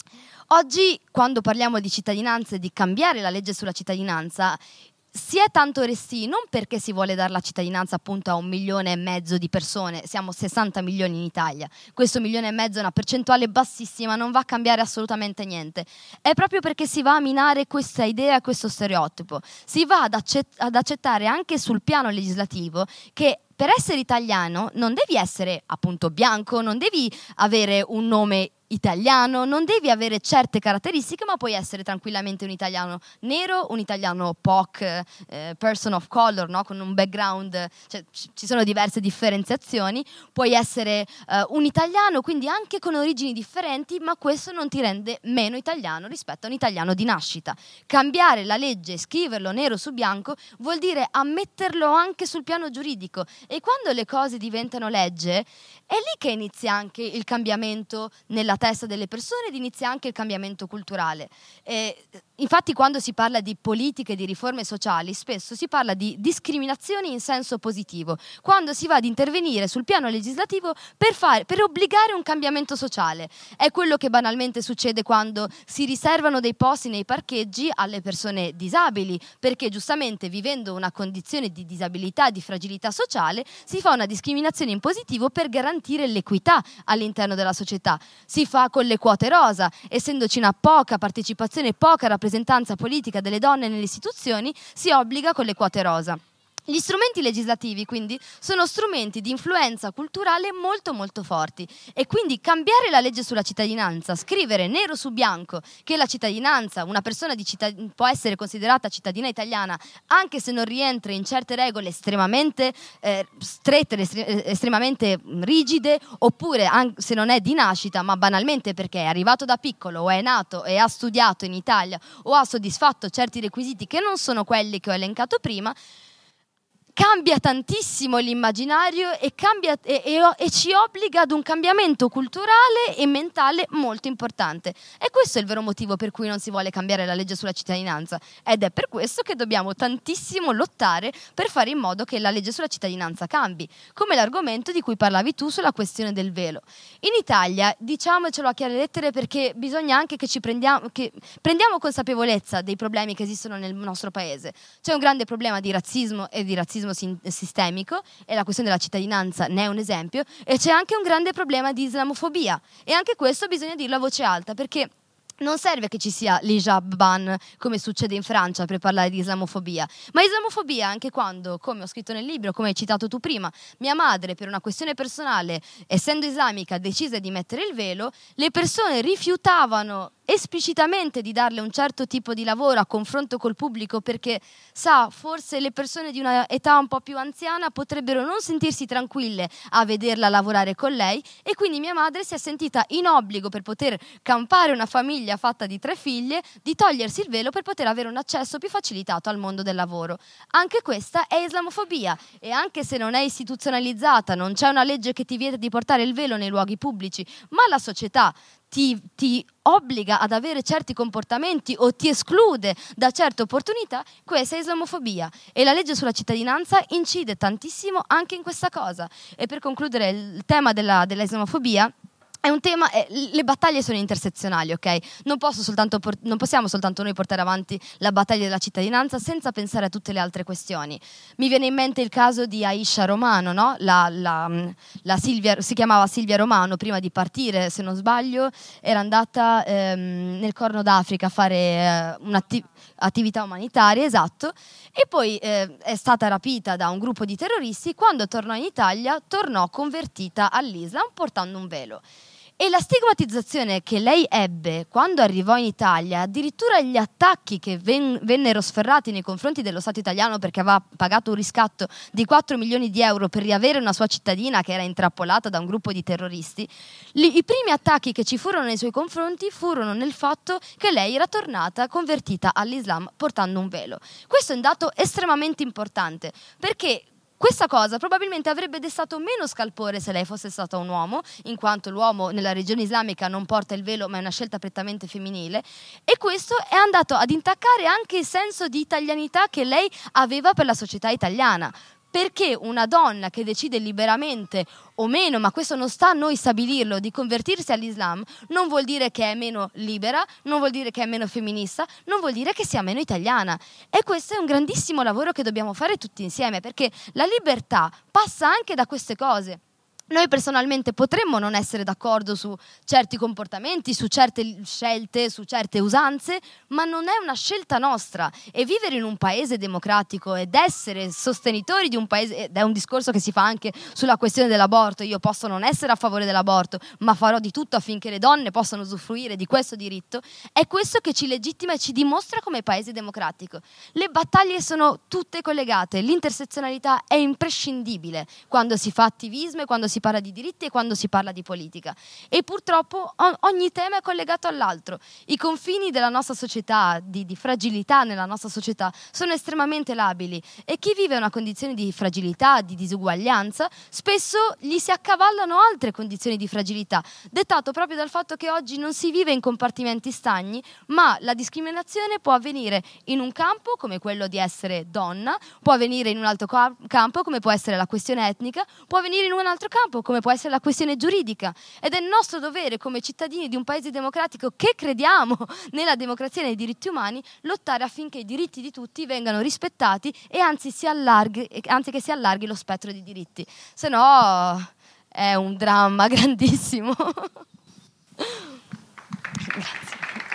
Oggi, quando parliamo di cittadinanza e di cambiare la legge sulla cittadinanza, si è tanto resti non perché si vuole dare la cittadinanza appunto a un milione e mezzo di persone, siamo sessanta milioni in Italia, questo milione e mezzo è una percentuale bassissima, non va a cambiare assolutamente niente, è proprio perché si va a minare questa idea, questo stereotipo, si va ad, accett- ad accettare anche sul piano legislativo che per essere italiano non devi essere appunto bianco, non devi avere un nome italiano, non devi avere certe caratteristiche, ma puoi essere tranquillamente un italiano nero, un italiano P O C, eh, person of color, no? Con un background, cioè, c- ci sono diverse differenziazioni, puoi essere eh, un italiano, quindi anche con origini differenti, ma questo non ti rende meno italiano rispetto a un italiano di nascita. Cambiare la legge, scriverlo nero su bianco, vuol dire ammetterlo anche sul piano giuridico, e quando le cose diventano legge, è lì che inizia anche il cambiamento nella testa delle persone ed inizia anche il cambiamento culturale. E, infatti, quando si parla di politiche, di riforme sociali, spesso si parla di discriminazioni in senso positivo, quando si va ad intervenire sul piano legislativo per, fare, per obbligare un cambiamento sociale. È quello che banalmente succede quando si riservano dei posti nei parcheggi alle persone disabili, perché giustamente vivendo una condizione di disabilità, di fragilità sociale, si fa una discriminazione in positivo per garantire l'equità all'interno della società. Si fa con le quote rosa, essendoci una poca partecipazione, poca rappresentanza politica delle donne nelle istituzioni, si obbliga con le quote rosa. Gli strumenti legislativi, quindi, sono strumenti di influenza culturale molto molto forti, e quindi cambiare la legge sulla cittadinanza, scrivere nero su bianco che la cittadinanza, una persona di cittad- può essere considerata cittadina italiana anche se non rientra in certe regole estremamente eh, strette, estre- estremamente rigide, oppure an- se non è di nascita, ma banalmente perché è arrivato da piccolo o è nato e ha studiato in Italia o ha soddisfatto certi requisiti che non sono quelli che ho elencato prima, cambia tantissimo l'immaginario e, cambia, e, e, e ci obbliga ad un cambiamento culturale e mentale molto importante. E questo è il vero motivo per cui non si vuole cambiare la legge sulla cittadinanza, ed è per questo che dobbiamo tantissimo lottare per fare in modo che la legge sulla cittadinanza cambi, come l'argomento di cui parlavi tu sulla questione del velo. In Italia, diciamocelo a chiare lettere, perché bisogna anche che ci prendiamo, che prendiamo consapevolezza dei problemi che esistono nel nostro paese. C'è un grande problema di razzismo e di razzismo sistemico, e la questione della cittadinanza ne è un esempio, e c'è anche un grande problema di islamofobia, e anche questo bisogna dirlo a voce alta, perché non serve che ci sia l'hijab ban come succede in Francia per parlare di islamofobia, ma islamofobia anche quando, come ho scritto nel libro, come hai citato tu prima, mia madre per una questione personale, essendo islamica, decise di mettere il velo, le persone rifiutavano esplicitamente di darle un certo tipo di lavoro a confronto col pubblico, perché sa, forse le persone di una età un po' più anziana potrebbero non sentirsi tranquille a vederla lavorare con lei, e quindi mia madre si è sentita in obbligo, per poter campare una famiglia fatta di tre figlie, di togliersi il velo per poter avere un accesso più facilitato al mondo del lavoro. Anche questa è islamofobia, e anche se non è istituzionalizzata, non c'è una legge che ti vieta di portare il velo nei luoghi pubblici, ma la società Ti, ti obbliga ad avere certi comportamenti o ti esclude da certe opportunità, questa è islamofobia, e la legge sulla cittadinanza incide tantissimo anche in questa cosa. E per concludere il tema della, della islamofobia, è un tema, eh, le battaglie sono intersezionali, ok? Non, posso soltanto por- non possiamo soltanto noi portare avanti la battaglia della cittadinanza senza pensare a tutte le altre questioni. Mi viene in mente il caso di Aisha Romano, no? La, la, la Silvia, si chiamava Silvia Romano, prima di partire, se non sbaglio, era andata ehm, nel Corno d'Africa a fare eh, un'attività umanitaria, esatto, e poi eh, è stata rapita da un gruppo di terroristi. Quando tornò in Italia, tornò convertita all'Islam portando un velo. E la stigmatizzazione che lei ebbe quando arrivò in Italia, addirittura gli attacchi che ven- vennero sferrati nei confronti dello Stato italiano perché aveva pagato un riscatto di quattro milioni di euro per riavere una sua cittadina che era intrappolata da un gruppo di terroristi, li- i primi attacchi che ci furono nei suoi confronti furono nel fatto che lei era tornata convertita all'Islam portando un velo. Questo è un dato estremamente importante, perché questa cosa probabilmente avrebbe destato meno scalpore se lei fosse stata un uomo, in quanto l'uomo nella regione islamica non porta il velo, ma è una scelta prettamente femminile, e questo è andato ad intaccare anche il senso di italianità che lei aveva per la società italiana. perché una donna che decide liberamente o meno, ma questo non sta a noi stabilirlo, di convertirsi all'Islam, non vuol dire che è meno libera, non vuol dire che è meno femminista, non vuol dire che sia meno italiana. E questo è un grandissimo lavoro che dobbiamo fare tutti insieme, perché la libertà passa anche da queste cose. Noi personalmente potremmo non essere d'accordo su certi comportamenti, su certe scelte, su certe usanze, ma non è una scelta nostra. E vivere in un paese democratico ed essere sostenitori di un paese, ed è un discorso che si fa anche sulla questione dell'aborto, io posso non essere a favore dell'aborto, ma farò di tutto affinché le donne possano usufruire di questo diritto, è questo che ci legittima e ci dimostra come paese democratico. Le battaglie sono tutte collegate, l'intersezionalità è imprescindibile quando si fa attivismo e quando si si parla di diritti e quando si parla di politica, e purtroppo ogni tema è collegato all'altro. I confini della nostra società, di, di fragilità nella nostra società, sono estremamente labili, e chi vive una condizione di fragilità, di disuguaglianza, spesso gli si accavallano altre condizioni di fragilità, dettato proprio dal fatto che oggi non si vive in compartimenti stagni, ma la discriminazione può avvenire in un campo come quello di essere donna, può avvenire in un altro campo come può essere la questione etnica, può avvenire in un altro campo come può essere la questione giuridica, ed è nostro dovere come cittadini di un paese democratico che crediamo nella democrazia e nei diritti umani lottare affinché i diritti di tutti vengano rispettati e anzi, si allarghi, anzi che si allarghi lo spettro di diritti, se no è un dramma grandissimo. Grazie.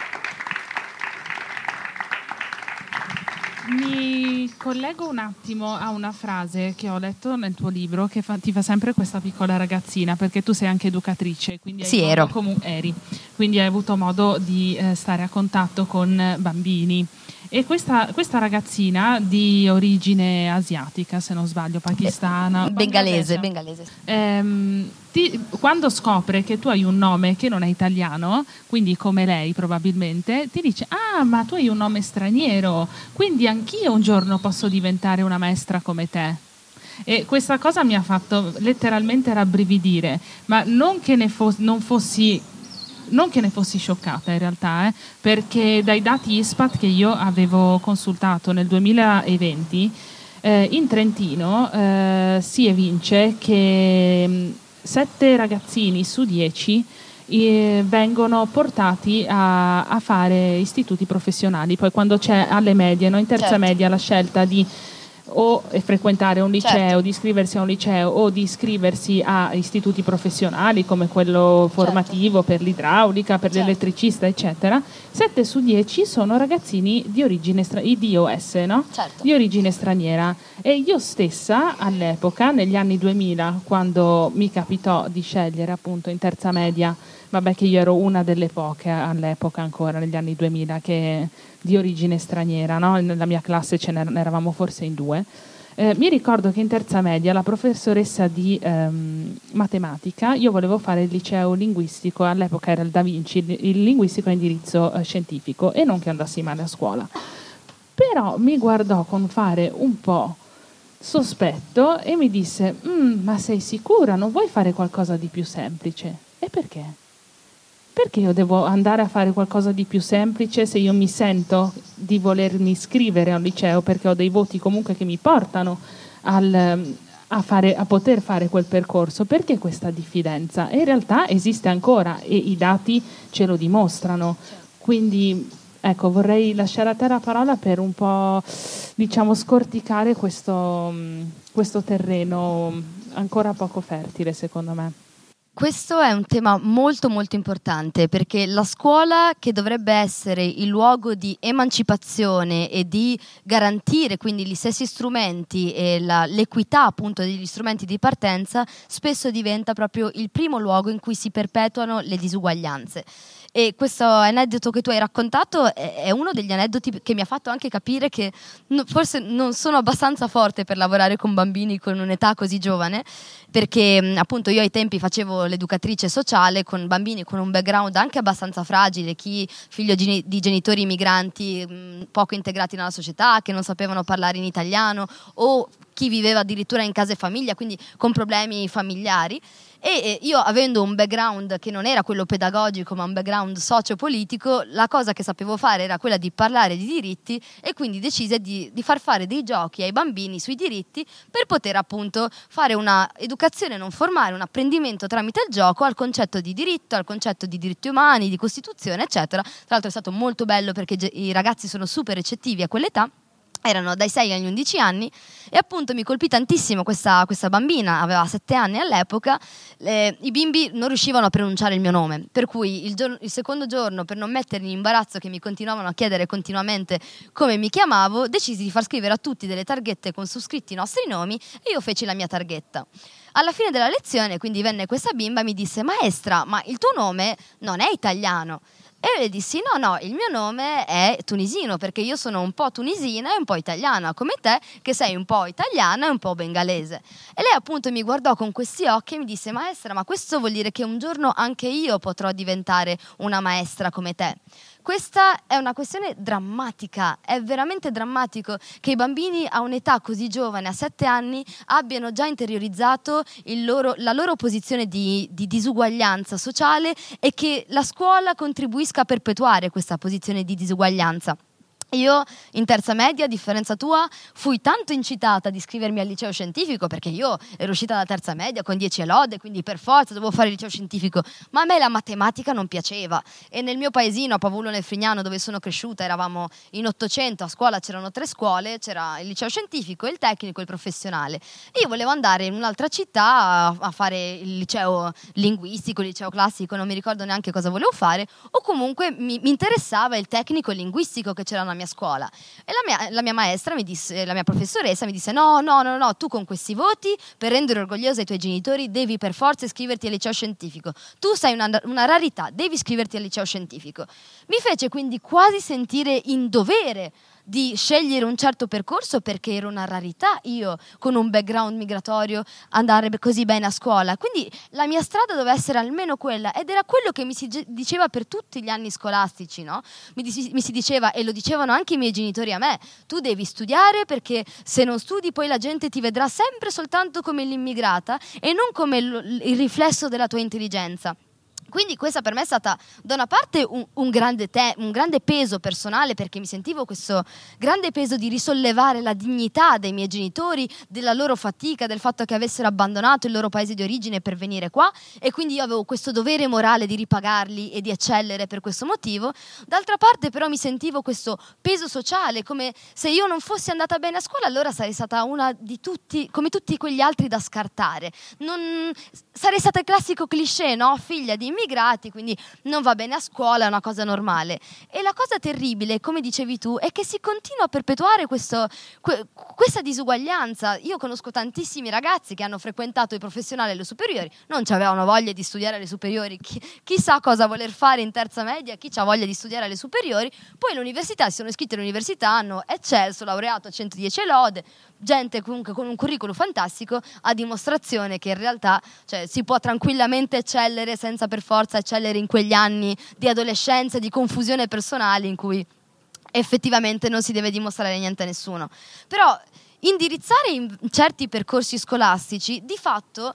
Mi collego un attimo a una frase che ho letto nel tuo libro, che fa, ti fa sempre questa piccola ragazzina, perché tu sei anche educatrice, quindi hai, sì, ero. Comu- eri, quindi hai avuto modo di eh, stare a contatto con bambini. E questa, questa ragazzina di origine asiatica, se non sbaglio, pakistana, bengalese, bengalese. Ehm, ti, quando scopre che tu hai un nome che non è italiano, quindi come lei probabilmente, ti dice: ah, ma tu hai un nome straniero, quindi anch'io un giorno posso diventare una maestra come te. E questa cosa mi ha fatto letteralmente rabbrividire, ma non che ne fos- non fossi non che ne fossi scioccata in realtà, eh, perché dai dati ISPAT che io avevo consultato nel duemilaventi, eh, in Trentino eh, si evince che mh, sette ragazzini su dieci eh, vengono portati a, a fare istituti professionali. Poi quando c'è alle medie, no, in terza certo. media, la scelta di o frequentare un liceo, certo. di iscriversi a un liceo o di iscriversi a istituti professionali come quello formativo, certo. per l'idraulica, per certo. l'elettricista, eccetera, sette su dieci sono ragazzini di origine stra- I D O S, no? Certo. Di origine straniera. E io stessa all'epoca, negli anni duemila, quando mi capitò di scegliere appunto in terza media, vabbè che io ero una delle poche all'epoca ancora, negli anni duemila, che di origine straniera, no? Nella mia classe ce ne eravamo forse in due. Eh, mi ricordo che in terza media la professoressa di ehm, matematica, io volevo fare il liceo linguistico, all'epoca era il Da Vinci, il, il linguistico a indirizzo eh, scientifico, e non che andassi male a scuola. Però mi guardò con fare un po' sospetto e mi disse: ma sei sicura? Non vuoi fare qualcosa di più semplice? E perché? Perché io devo andare a fare qualcosa di più semplice se io mi sento di volermi iscrivere a un liceo perché ho dei voti comunque che mi portano al, a, fare, a poter fare quel percorso? Perché questa diffidenza? E in realtà esiste ancora e i dati ce lo dimostrano. Quindi ecco, vorrei lasciare a te la parola per un po', diciamo, scorticare questo, questo terreno ancora poco fertile, secondo me. Questo è un tema molto molto importante, perché la scuola, che dovrebbe essere il luogo di emancipazione e di garantire quindi gli stessi strumenti e la, l'equità appunto degli strumenti di partenza, spesso diventa proprio il primo luogo in cui si perpetuano le disuguaglianze. E questo aneddoto che tu hai raccontato è uno degli aneddoti che mi ha fatto anche capire che no, forse non sono abbastanza forte per lavorare con bambini con un'età così giovane, perché appunto io ai tempi facevo l'educatrice sociale con bambini con un background anche abbastanza fragile, chi figlio di genitori immigranti mh, poco integrati nella società, che non sapevano parlare in italiano, o chi viveva addirittura in case famiglia, quindi con problemi familiari. E io, avendo un background che non era quello pedagogico ma un background sociopolitico, la cosa che sapevo fare era quella di parlare di diritti, e quindi decise di, di far fare dei giochi ai bambini sui diritti per poter appunto fare una educazione non formale, un apprendimento tramite il gioco al concetto di diritto, al concetto di diritti umani, di Costituzione, eccetera. Tra l'altro è stato molto bello perché i ragazzi sono super recettivi a quell'età. Erano dai sei agli undici anni, e appunto mi colpì tantissimo questa, questa bambina, aveva sette anni all'epoca. Eh, i bimbi non riuscivano a pronunciare il mio nome, per cui il, giorno, il secondo giorno, per non metterli in imbarazzo che mi continuavano a chiedere continuamente come mi chiamavo, decisi di far scrivere a tutti delle targhette con su scritti i nostri nomi, e io feci la mia targhetta. Alla fine della lezione quindi venne questa bimba e mi disse: maestra, ma il tuo nome non è italiano? E io le dissi: no, no, il mio nome è tunisino, perché io sono un po' tunisina e un po' italiana, come te, che sei un po' italiana e un po' bengalese. E lei appunto mi guardò con questi occhi e mi disse: maestra, ma questo vuol dire che un giorno anche io potrò diventare una maestra come te? Questa è una questione drammatica, è veramente drammatico che i bambini a un'età così giovane, a sette anni, abbiano già interiorizzato il loro, la loro posizione di, di disuguaglianza sociale, e che la scuola contribuisca a perpetuare questa posizione di disuguaglianza. Io in terza media, a differenza tua, fui tanto incitata ad iscrivermi al liceo scientifico, perché io ero uscita dalla terza media con dieci lode, quindi per forza dovevo fare il liceo scientifico, ma a me la matematica non piaceva, e nel mio paesino, a Pavullo nel Frignano, dove sono cresciuta, eravamo in ottocento, a scuola c'erano tre scuole, c'era il liceo scientifico, il tecnico e il professionale. Io volevo andare in un'altra città a, a fare il liceo linguistico, il liceo classico, non mi ricordo neanche cosa volevo fare, o comunque mi, mi interessava il tecnico linguistico che c'era nella mia scuola. E la mia, la mia maestra mi disse, la mia professoressa mi disse: no, no, no, no, tu con questi voti, per rendere orgogliosa i tuoi genitori, devi per forza iscriverti al liceo scientifico. Tu sei una, una rarità, devi iscriverti al liceo scientifico. Mi fece quindi quasi sentire in dovere di scegliere un certo percorso, perché ero una rarità io, con un background migratorio, andare così bene a scuola. Quindi la mia strada doveva essere almeno quella, ed era quello che mi si diceva per tutti gli anni scolastici, no? Mi, di- mi si diceva, e lo dicevano anche i miei genitori a me: tu devi studiare, perché se non studi poi la gente ti vedrà sempre soltanto come l'immigrata e non come il, il riflesso della tua intelligenza. Quindi questa per me è stata da una parte un, un, grande te, un grande peso personale, perché mi sentivo questo grande peso di risollevare la dignità dei miei genitori, della loro fatica, del fatto che avessero abbandonato il loro paese di origine per venire qua, e quindi io avevo questo dovere morale di ripagarli e di eccellere per questo motivo. D'altra parte però mi sentivo questo peso sociale, come se io non fossi andata bene a scuola allora sarei stata una di tutti, come tutti quegli altri da scartare. Non, sarei stata il classico cliché, no? Figlia di immigrati, quindi non va bene a scuola, è una cosa normale. E la cosa terribile, come dicevi tu, è che si continua a perpetuare questo, que, questa disuguaglianza. Io conosco tantissimi ragazzi che hanno frequentato il professionale alle superiori, non ci avevano voglia di studiare alle superiori, chi, chissà cosa voler fare in terza media, chi ha voglia di studiare alle superiori, poi all'università si sono iscritti all'università, hanno eccelso, laureato a centodieci lode, gente comunque con un curriculum fantastico, a dimostrazione che in realtà, cioè, si può tranquillamente eccellere senza per forza eccellere in quegli anni di adolescenza, di confusione personale in cui effettivamente non si deve dimostrare niente a nessuno. Però indirizzare in certi percorsi scolastici di fatto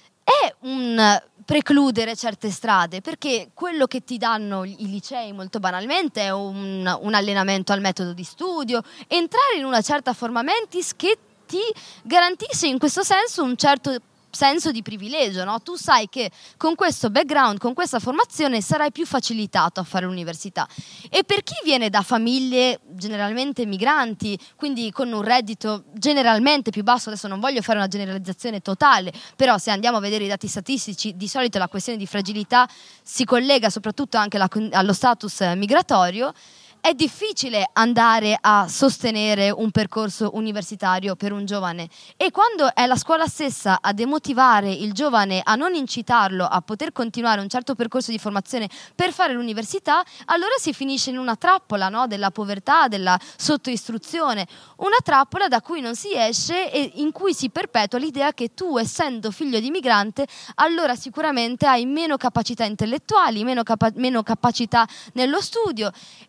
è un precludere certe strade, perché quello che ti danno i licei molto banalmente è un, un allenamento al metodo di studio, entrare in una certa forma mentis che ti garantisce in questo senso un certo senso di privilegio, no? Tu sai che con questo background, con questa formazione sarai più facilitato a fare l'università. E per chi viene da famiglie generalmente migranti, quindi con un reddito generalmente più basso, adesso non voglio fare una generalizzazione totale, però se andiamo a vedere i dati statistici, di solito la questione di fragilità si collega soprattutto anche la, allo status migratorio. È difficile andare a sostenere un percorso universitario per un giovane, e quando è la scuola stessa a demotivare il giovane, a non incitarlo a poter continuare un certo percorso di formazione per fare l'università, allora si finisce in una trappola, no? Della povertà, della sottoistruzione, una trappola da cui non si esce e in cui si perpetua l'idea che tu, essendo figlio di migrante, allora sicuramente hai meno capacità intellettuali, meno, capa- meno capacità nello studio, e si continua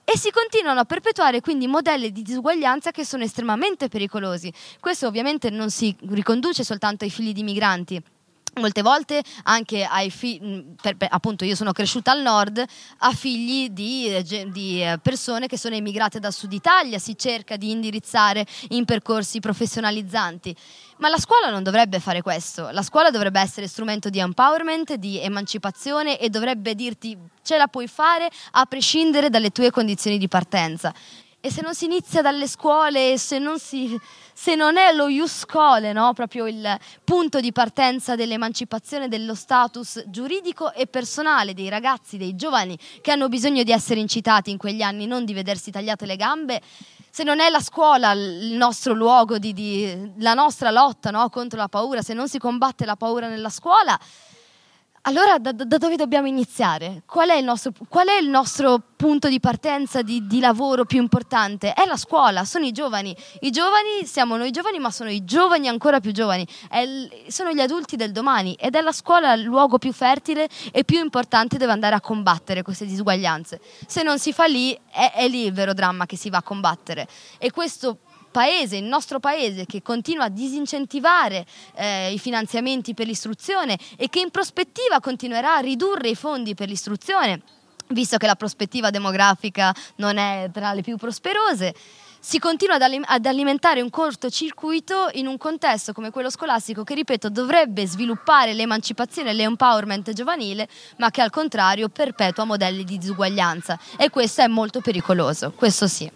continuano a perpetuare quindi modelli di disuguaglianza che sono estremamente pericolosi. Questo ovviamente non si riconduce soltanto ai figli di migranti. Molte volte anche ai figli, per, per, appunto io sono cresciuta al nord, a figli di, di persone che sono emigrate dal sud Italia, si cerca di indirizzare in percorsi professionalizzanti. Ma la scuola non dovrebbe fare questo, la scuola dovrebbe essere strumento di empowerment, di emancipazione e dovrebbe dirti ce la puoi fare a prescindere dalle tue condizioni di partenza. E se non si inizia dalle scuole, se non, si, se non è lo ius scholae, no? Proprio il punto di partenza dell'emancipazione, dello status giuridico e personale dei ragazzi, dei giovani che hanno bisogno di essere incitati in quegli anni, non di vedersi tagliate le gambe, se non è la scuola il nostro luogo, di, di, la nostra lotta, no? Contro la paura, se non si combatte la paura nella scuola, allora da, da dove dobbiamo iniziare? Qual è il nostro, qual è il nostro punto di partenza di, di lavoro più importante? È la scuola, sono i giovani. I giovani siamo noi giovani, ma sono i giovani ancora più giovani. È il, sono gli adulti del domani ed è la scuola il luogo più fertile e più importante dove andare a combattere queste disuguaglianze. Se non si fa lì, è, è lì il vero dramma che si va a combattere. E questo paese, il nostro paese che continua a disincentivare eh, i finanziamenti per l'istruzione e che in prospettiva continuerà a ridurre i fondi per l'istruzione, visto che la prospettiva demografica non è tra le più prosperose, si continua ad alimentare un cortocircuito in un contesto come quello scolastico che, ripeto, dovrebbe sviluppare l'emancipazione e l'empowerment giovanile, ma che al contrario perpetua modelli di disuguaglianza, e questo è molto pericoloso, questo sì.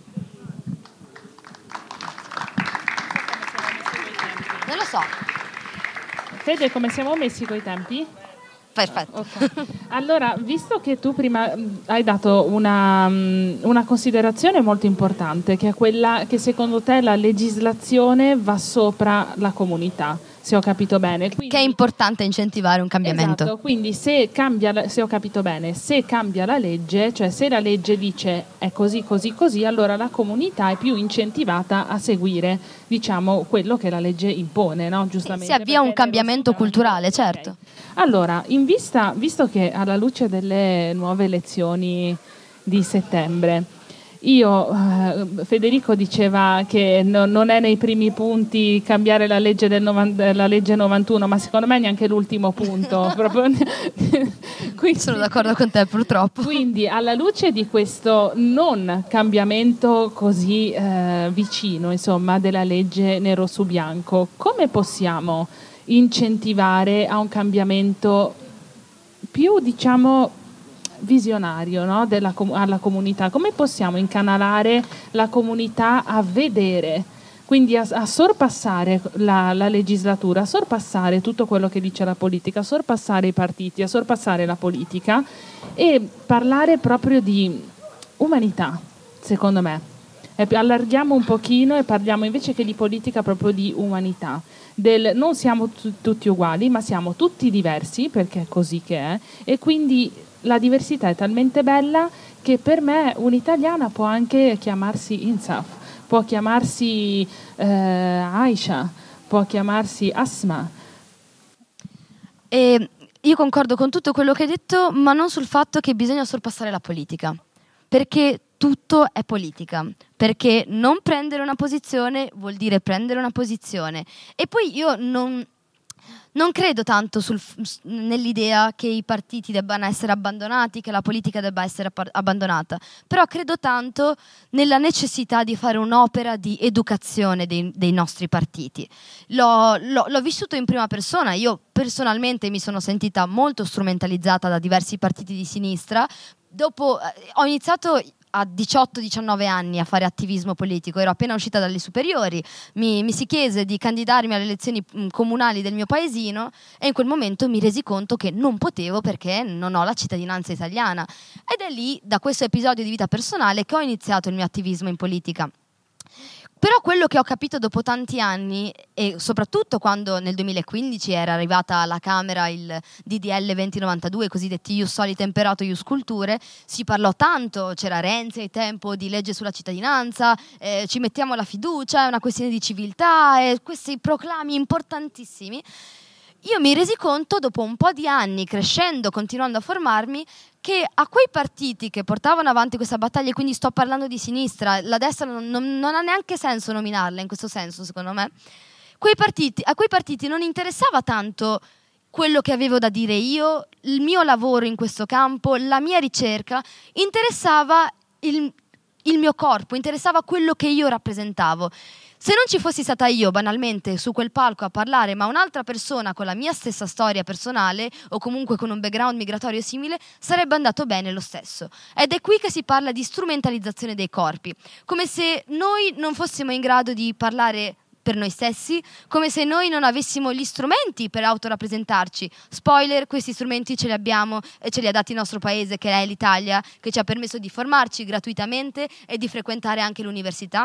Non lo so. Fede, come siamo messi coi tempi? Perfetto. Okay. Allora, visto che tu prima hai dato una, una considerazione molto importante, che è quella che secondo te la legislazione va sopra la comunità, se ho capito bene. Quindi, che è importante incentivare un cambiamento. Esatto, quindi se cambia, se ho capito bene, se cambia la legge, cioè se la legge dice è così, così, così, allora la comunità è più incentivata a seguire, diciamo, quello che la legge impone, no? Giustamente. Si avvia un cambiamento culturale, certo. Okay. Allora, in vista, visto che alla luce delle nuove elezioni di settembre, io, eh, Federico diceva che no, non è nei primi punti cambiare la legge, del novanta, la legge novantuno, ma secondo me neanche l'ultimo punto. Proprio. Quindi, sono d'accordo con te, purtroppo. Quindi alla luce di questo non cambiamento così eh, vicino, insomma, della legge nero su bianco, come possiamo incentivare a un cambiamento più, diciamo, visionario, no? Della, alla comunità? Come possiamo incanalare la comunità a vedere, quindi a, a sorpassare la, la legislatura, a sorpassare tutto quello che dice la politica, a sorpassare i partiti, a sorpassare la politica e parlare proprio di umanità, secondo me. E allarghiamo un pochino e parliamo invece che di politica proprio di umanità. Del non siamo t- tutti uguali, ma siamo tutti diversi, perché è così che è, e quindi la diversità è talmente bella che per me un'italiana può anche chiamarsi Insaf, può chiamarsi eh, Aisha, può chiamarsi Asma. E io concordo con tutto quello che hai detto, ma non sul fatto che bisogna sorpassare la politica, perché tutto è politica, perché non prendere una posizione vuol dire prendere una posizione. E poi io non... Non credo tanto sul, nell'idea che i partiti debbano essere abbandonati, che la politica debba essere abbandonata, però credo tanto nella necessità di fare un'opera di educazione dei, dei nostri partiti. L'ho, l'ho, l'ho vissuto in prima persona, io personalmente mi sono sentita molto strumentalizzata da diversi partiti di sinistra. Dopo eh, ho iniziato a diciotto diciannove anni a fare attivismo politico, ero appena uscita dalle superiori, mi, mi si chiese di candidarmi alle elezioni comunali del mio paesino e in quel momento mi resi conto che non potevo perché non ho la cittadinanza italiana, ed è lì, da questo episodio di vita personale, che ho iniziato il mio attivismo in politica. Però quello che ho capito dopo tanti anni, e soprattutto quando nel duemilaquindici era arrivata alla Camera il D D L venti novantadue, i cosiddetti Ius Soli Temperato, Ius Culture, si parlò tanto, c'era Renzi ai tempo di legge sulla cittadinanza, eh, ci mettiamo la fiducia, è una questione di civiltà, e questi proclami importantissimi. io mi resi conto dopo un po' di anni, crescendo, continuando a formarmi, che a quei partiti che portavano avanti questa battaglia, quindi sto parlando di sinistra, la destra non, non, non ha neanche senso nominarla in questo senso, secondo me, quei partiti, a quei partiti non interessava tanto quello che avevo da dire io, il mio lavoro in questo campo, la mia ricerca, interessava il, il mio corpo, interessava quello che io rappresentavo. Se non ci fossi stata io banalmente su quel palco a parlare, ma un'altra persona con la mia stessa storia personale o comunque con un background migratorio simile, sarebbe andato bene lo stesso. Ed è qui che si parla di strumentalizzazione dei corpi, come se noi non fossimo in grado di parlare per noi stessi, come se noi non avessimo gli strumenti per autorappresentarci. Spoiler, questi strumenti ce li abbiamo e ce li ha dati il nostro paese, che è l'Italia, che ci ha permesso di formarci gratuitamente e di frequentare anche l'università.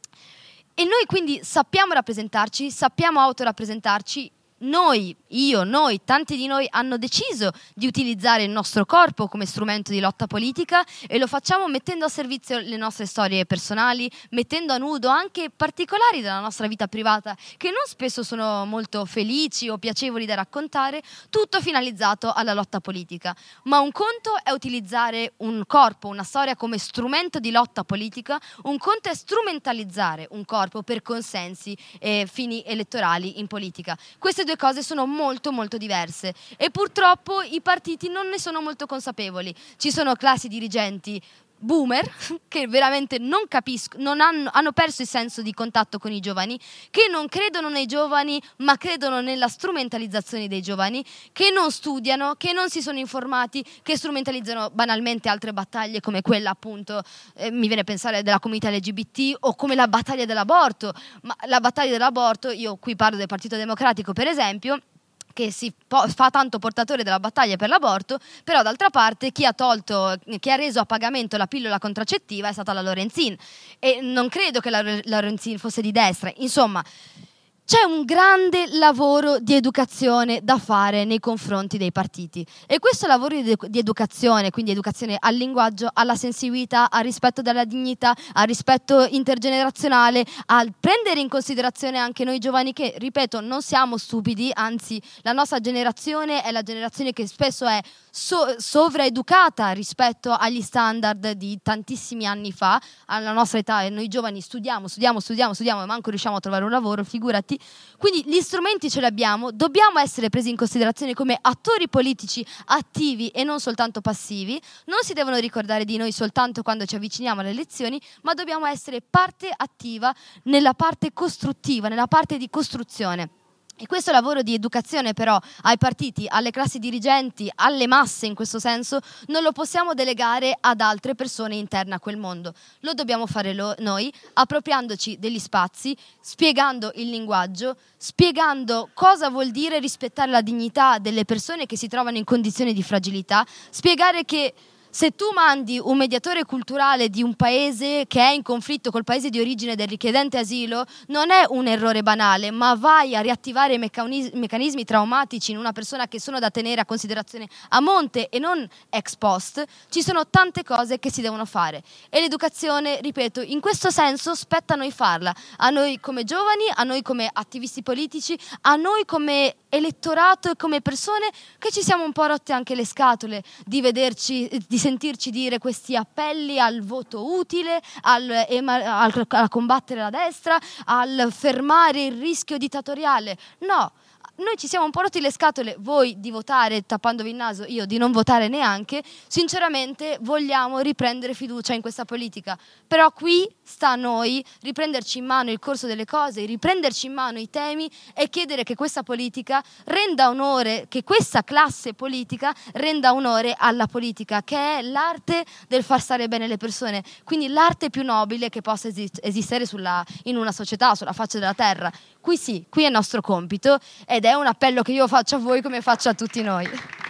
E noi quindi sappiamo rappresentarci, sappiamo autorappresentarci. Noi, io, noi, tanti di noi hanno deciso di utilizzare il nostro corpo come strumento di lotta politica e lo facciamo mettendo a servizio le nostre storie personali, mettendo a nudo anche particolari della nostra vita privata che non spesso sono molto felici o piacevoli da raccontare, tutto finalizzato alla lotta politica. Ma un conto è utilizzare un corpo, una storia come strumento di lotta politica, un conto è strumentalizzare un corpo per consensi e fini elettorali in politica. Queste due cose sono molto molto diverse e purtroppo i partiti non ne sono molto consapevoli. Ci sono classi dirigenti boomer che veramente non capiscono, non hanno, hanno perso il senso di contatto con i giovani, che non credono nei giovani ma credono nella strumentalizzazione dei giovani, che non studiano, che non si sono informati, che strumentalizzano banalmente altre battaglie come quella appunto, eh, mi viene a pensare della comunità L G B T o come la battaglia dell'aborto. Ma la battaglia dell'aborto, io qui parlo del Partito Democratico per esempio, che si po- fa tanto portatore della battaglia per l'aborto, però d'altra parte chi ha tolto, chi ha reso a pagamento la pillola contraccettiva è stata la Lorenzin, e non credo che la Lorenzin fosse di destra. Insomma, c'è un grande lavoro di educazione da fare nei confronti dei partiti e questo lavoro di, di educazione, quindi educazione al linguaggio, alla sensibilità, al rispetto della dignità, al rispetto intergenerazionale, al prendere in considerazione anche noi giovani che, ripeto, non siamo stupidi, anzi la nostra generazione è la generazione che spesso è so- sovraeducata rispetto agli standard di tantissimi anni fa. Alla nostra età noi giovani studiamo, studiamo, studiamo, studiamo e manco riusciamo a trovare un lavoro, figurati. Quindi gli strumenti ce li abbiamo, dobbiamo essere presi in considerazione come attori politici attivi e non soltanto passivi. Non si devono ricordare di noi soltanto quando ci avviciniamo alle elezioni, ma dobbiamo essere parte attiva nella parte costruttiva, nella parte di costruzione. E questo lavoro di educazione però ai partiti, alle classi dirigenti, alle masse in questo senso, non lo possiamo delegare ad altre persone interne a quel mondo. Lo dobbiamo fare lo- noi, appropriandoci degli spazi, spiegando il linguaggio, spiegando cosa vuol dire rispettare la dignità delle persone che si trovano in condizioni di fragilità, spiegare che se tu mandi un mediatore culturale di un paese che è in conflitto col paese di origine del richiedente asilo, non è un errore banale, ma vai a riattivare meccanis- meccanismi traumatici in una persona che sono da tenere a considerazione a monte e non ex post. Ci sono tante cose che si devono fare e l'educazione, ripeto, in questo senso spetta a noi farla, a noi come giovani, a noi come attivisti politici, a noi come elettorato e come persone che ci siamo un po' rotte anche le scatole di vederci, di sentirci dire questi appelli al voto utile, al, al, a combattere la destra, al fermare il rischio dittatoriale. No, noi ci siamo un po' rotti le scatole, voi di votare tappandovi il naso, io di non votare neanche. Sinceramente vogliamo riprendere fiducia in questa politica, però qui sta a noi riprenderci in mano il corso delle cose, riprenderci in mano i temi e chiedere che questa politica renda onore, che questa classe politica renda onore alla politica, che è l'arte del far stare bene le persone, quindi l'arte più nobile che possa esi- esistere sulla, in una società, sulla faccia della terra. Qui sì, qui è il nostro compito ed è un appello che io faccio a voi come faccio a tutti noi.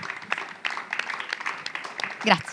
Grazie.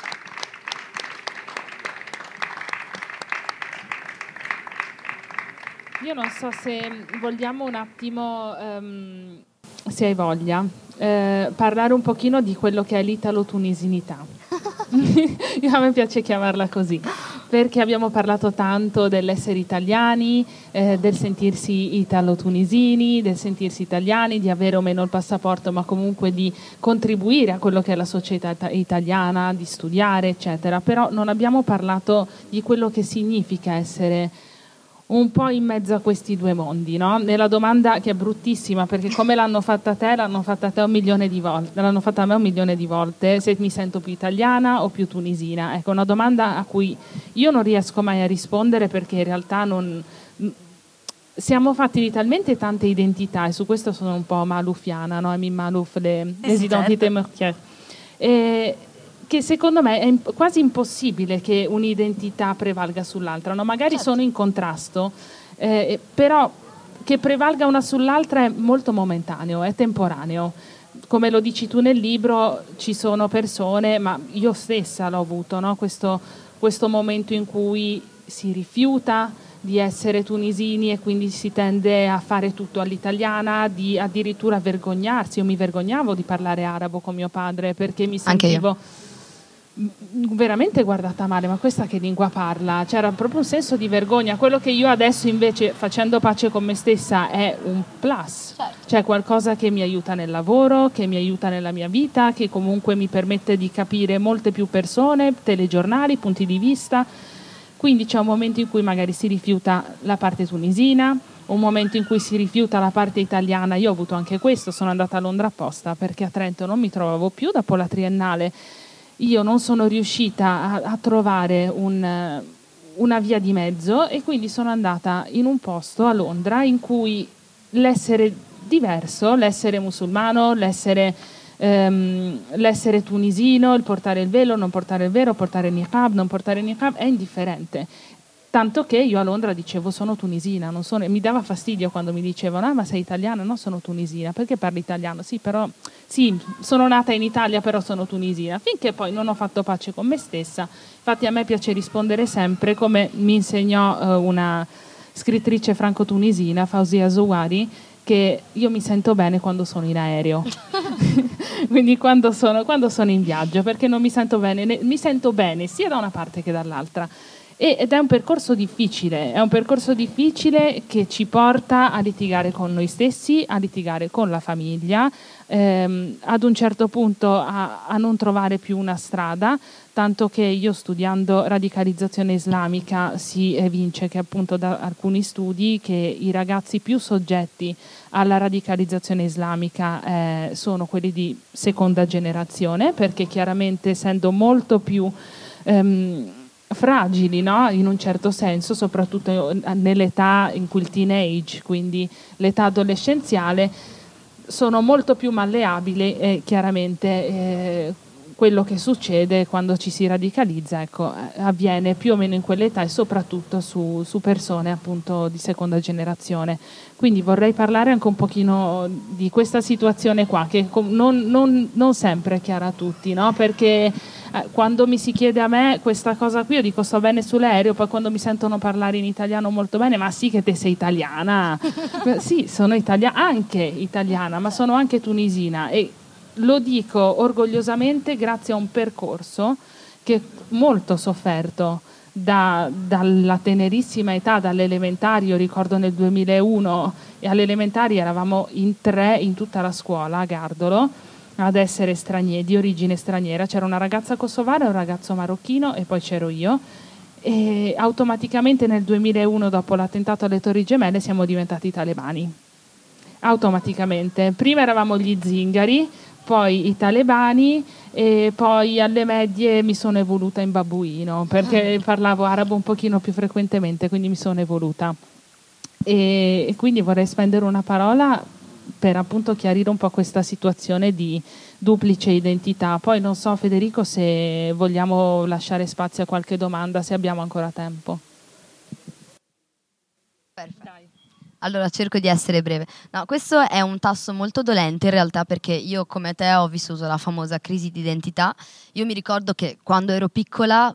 Io non so se vogliamo un attimo, um, se hai voglia, eh, parlare un pochino di quello che è l'italo-tunisinità. A me piace chiamarla così. perché abbiamo parlato tanto dell'essere italiani, eh, del sentirsi italo-tunisini, del sentirsi italiani, di avere o meno il passaporto, ma comunque di contribuire a quello che è la società italiana, di studiare, eccetera. Però non abbiamo parlato di quello che significa essere un po' in mezzo a questi due mondi, no? Nella domanda, che è bruttissima, perché come l'hanno fatta a te, l'hanno fatta a te un milione di volte, l'hanno fatta a me un milione di volte, se mi sento più italiana o più tunisina. Ecco, una domanda a cui io non riesco mai a rispondere, perché in realtà non... siamo fatti di talmente tante identità, e su questo sono un po' maloufiana, no? Emin Malouf, le, les identités meurtrières. E che secondo me è imp- quasi impossibile che un'identità prevalga sull'altra, no? Magari certo. sono in contrasto, eh, però che prevalga una sull'altra è molto momentaneo, è temporaneo. Come lo dici tu nel libro, ci sono persone, ma io stessa l'ho avuto, no? questo, questo momento in cui si rifiuta di essere tunisini e quindi si tende a fare tutto all'italiana, di addirittura vergognarsi. Io mi vergognavo di parlare arabo con mio padre, perché mi sentivo veramente guardata male, ma questa che lingua parla? C'era proprio un senso di vergogna. Quello che io adesso invece, facendo pace con me stessa, è un plus, certo. Cioè qualcosa che mi aiuta nel lavoro, che mi aiuta nella mia vita, che comunque mi permette di capire molte più persone, telegiornali, punti di vista. Quindi c'è un momento in cui magari si rifiuta la parte tunisina, un momento in cui si rifiuta la parte italiana. Io ho avuto anche questo, sono andata a Londra apposta perché a Trento non mi trovavo più dopo la triennale. Io non sono riuscita a, a trovare un, una via di mezzo, e quindi sono andata in un posto a Londra in cui l'essere diverso, l'essere musulmano, l'essere, ehm, l'essere tunisino, il portare il velo, non portare il velo, portare il niqab, non portare il niqab, è indifferente. Tanto che io a Londra dicevo sono tunisina, non sono, mi dava fastidio quando mi dicevano ah, ma sei italiana? No, sono tunisina. Perché parli italiano? Sì, però sì, sono nata in Italia, però sono tunisina. Finché poi non ho fatto pace con me stessa. Infatti a me piace rispondere sempre, come mi insegnò eh, una scrittrice franco-tunisina, Fawzia Zouari, che io mi sento bene quando sono in aereo. Quindi quando sono, quando sono in viaggio, perché non mi sento bene, ne, mi sento bene sia da una parte che dall'altra. Ed è un percorso difficile, è un percorso difficile che ci porta a litigare con noi stessi, a litigare con la famiglia, ehm, ad un certo punto a, a non trovare più una strada, tanto che io, studiando radicalizzazione islamica, si evince che appunto da alcuni studi che i ragazzi più soggetti alla radicalizzazione islamica eh, sono quelli di seconda generazione, perché chiaramente essendo molto più ehm, fragili, no? In un certo senso, soprattutto nell'età in cui il teenage, quindi l'età adolescenziale, sono molto più malleabili, e chiaramente eh, quello che succede quando ci si radicalizza, ecco, avviene più o meno in quell'età, e soprattutto su, su persone appunto di seconda generazione. Quindi vorrei parlare anche un pochino di questa situazione qua, che non, non, non sempre è chiara a tutti, no? Perché eh, quando mi si chiede a me questa cosa qui, io dico sto bene sull'aereo, poi quando mi sentono parlare in italiano molto bene, ma sì che te sei italiana. Sì, sono italiana, anche italiana, ma sono anche tunisina, e lo dico orgogliosamente grazie a un percorso che molto sofferto da, dalla tenerissima età, dall'elementare. Io ricordo nel duemilauno, e alle elementari eravamo in tre in tutta la scuola a Gardolo ad essere stranieri, di origine straniera. C'era una ragazza kosovara e un ragazzo marocchino, e poi c'ero io, e automaticamente nel duemilauno, dopo l'attentato alle Torri Gemelle, siamo diventati talebani. Automaticamente. Prima eravamo gli zingari, poi i talebani, e poi alle medie mi sono evoluta in babbuino, perché parlavo arabo un pochino più frequentemente, quindi mi sono evoluta. E, e quindi vorrei spendere una parola per appunto chiarire un po' questa situazione di duplice identità. Poi non so, Federico, se vogliamo lasciare spazio a qualche domanda, se abbiamo ancora tempo. Perfetto. Allora cerco di essere breve. No, questo è un tasto molto dolente in realtà, perché io come te ho vissuto la famosa crisi di identità. Io mi ricordo che quando ero piccola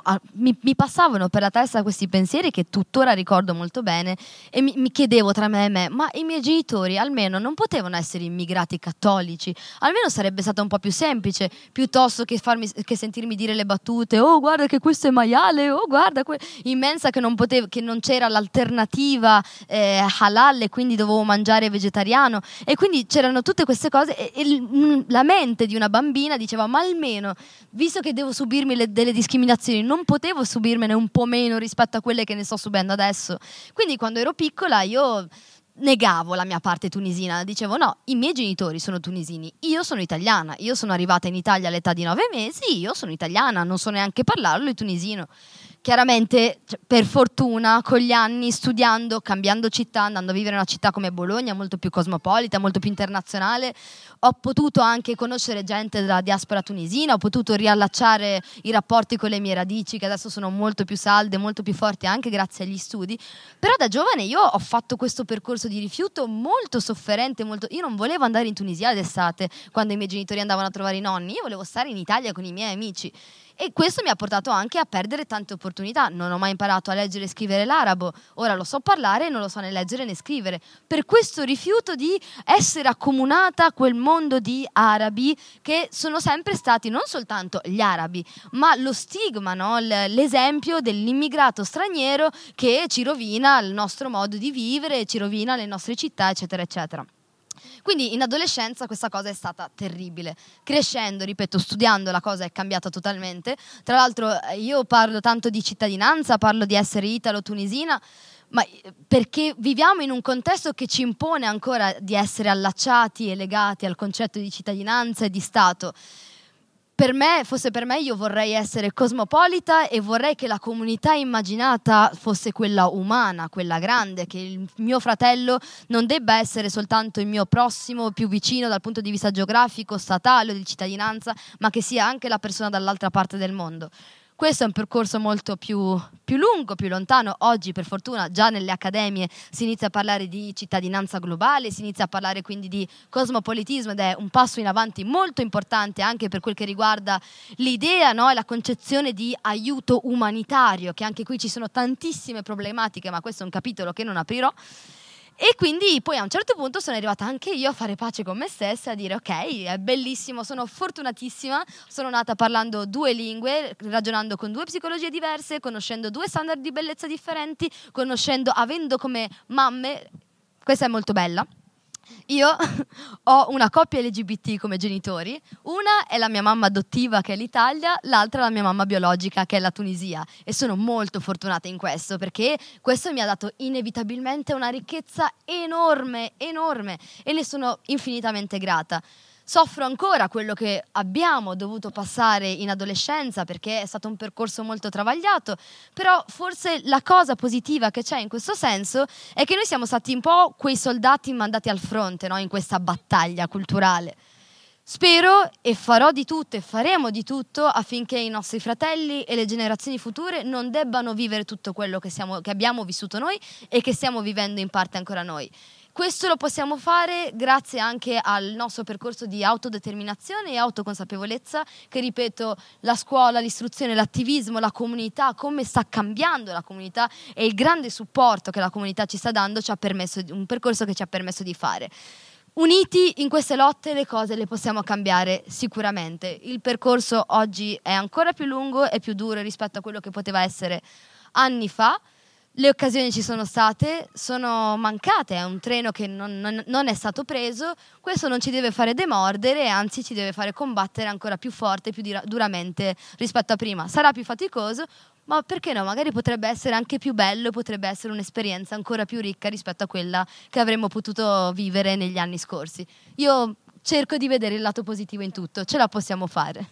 a, mi, mi passavano per la testa questi pensieri che tuttora ricordo molto bene, e mi, mi chiedevo tra me e me, ma i miei genitori almeno non potevano essere immigrati cattolici? Almeno sarebbe stato un po' più semplice, piuttosto che, farmi, che sentirmi dire le battute, oh guarda che questo è maiale, oh guarda que-", in mensa che non, potevo, che non c'era l'alternativa eh, halal e quindi dovevo mangiare vegetariano, e quindi c'erano tutte queste cose, e, e la mente di una bambina diceva, ma almeno, visto che devo subirmi le, delle discriminazioni, non potevo subirmene un po' meno rispetto a quelle che ne sto subendo adesso. Quindi quando ero piccola io negavo la mia parte tunisina, dicevo no, i miei genitori sono tunisini, io sono italiana, io sono arrivata in Italia all'età di nove mesi, io sono italiana, non so neanche parlarlo il tunisino. Chiaramente, cioè, per fortuna, con gli anni, studiando, cambiando città, andando a vivere in una città come Bologna, molto più cosmopolita, molto più internazionale, ho potuto anche conoscere gente della diaspora tunisina, ho potuto riallacciare i rapporti con le mie radici, che adesso sono molto più salde, molto più forti, anche grazie agli studi. Però da giovane io ho fatto questo percorso di rifiuto molto sofferente, molto... io non volevo andare in Tunisia d'estate, quando i miei genitori andavano a trovare i nonni, io volevo stare in Italia con i miei amici. E questo mi ha portato anche a perdere tante opportunità. Non ho mai imparato a leggere e scrivere l'arabo, ora lo so parlare e non lo so né leggere né scrivere. Per questo rifiuto di essere accomunata a quel mondo di arabi che sono sempre stati non soltanto gli arabi, ma lo stigma, no? L'esempio dell'immigrato straniero che ci rovina il nostro modo di vivere, ci rovina le nostre città, eccetera, eccetera. Quindi in adolescenza questa cosa è stata terribile. Crescendo, ripeto, studiando, la cosa è cambiata totalmente. Tra l'altro io parlo tanto di cittadinanza, parlo di essere italo-tunisina, ma perché viviamo in un contesto che ci impone ancora di essere allacciati e legati al concetto di cittadinanza e di Stato. Per me, fosse per me, io vorrei essere cosmopolita e vorrei che la comunità immaginata fosse quella umana, quella grande, che il mio fratello non debba essere soltanto il mio prossimo, più vicino dal punto di vista geografico, statale o di cittadinanza, ma che sia anche la persona dall'altra parte del mondo. Questo è un percorso molto più, più lungo, più lontano. Oggi, per fortuna, già nelle accademie si inizia a parlare di cittadinanza globale, si inizia a parlare quindi di cosmopolitismo, ed è un passo in avanti molto importante anche per quel che riguarda l'idea, no, e la concezione di aiuto umanitario, che anche qui ci sono tantissime problematiche, ma questo è un capitolo che non aprirò. E quindi poi a un certo punto sono arrivata anche io a fare pace con me stessa, a dire ok, è bellissimo, sono fortunatissima, sono nata parlando due lingue, ragionando con due psicologie diverse, conoscendo due standard di bellezza differenti, conoscendo, avendo come mamme, questa è molto bella. Io ho una coppia L G B T come genitori, una è la mia mamma adottiva che è l'Italia, l'altra è la mia mamma biologica che è la Tunisia, e sono molto fortunata in questo perché questo mi ha dato inevitabilmente una ricchezza enorme, enorme, e ne sono infinitamente grata. Soffro ancora quello che abbiamo dovuto passare in adolescenza perché è stato un percorso molto travagliato, però forse la cosa positiva che c'è in questo senso è che noi siamo stati un po' quei soldati mandati al fronte, no? In questa battaglia culturale. Spero e farò di tutto e faremo di tutto affinché i nostri fratelli e le generazioni future non debbano vivere tutto quello che, siamo, che abbiamo vissuto noi e che stiamo vivendo in parte ancora noi. Questo lo possiamo fare grazie anche al nostro percorso di autodeterminazione e autoconsapevolezza che, ripeto, la scuola, l'istruzione, l'attivismo, la comunità, come sta cambiando la comunità e il grande supporto che la comunità ci sta dando, ci ha permesso, un percorso che ci ha permesso di fare. Uniti in queste lotte le cose le possiamo cambiare sicuramente. Il percorso oggi è ancora più lungo e più duro rispetto a quello che poteva essere anni fa. Le occasioni ci sono state, sono mancate, è un treno che non, non, non è stato preso. Questo non ci deve fare demordere, anzi ci deve fare combattere ancora più forte, più dura, duramente rispetto a prima. Sarà più faticoso, ma perché no? Magari potrebbe essere anche più bello, potrebbe essere un'esperienza ancora più ricca rispetto a quella che avremmo potuto vivere negli anni scorsi. Io cerco di vedere il lato positivo in tutto, ce la possiamo fare.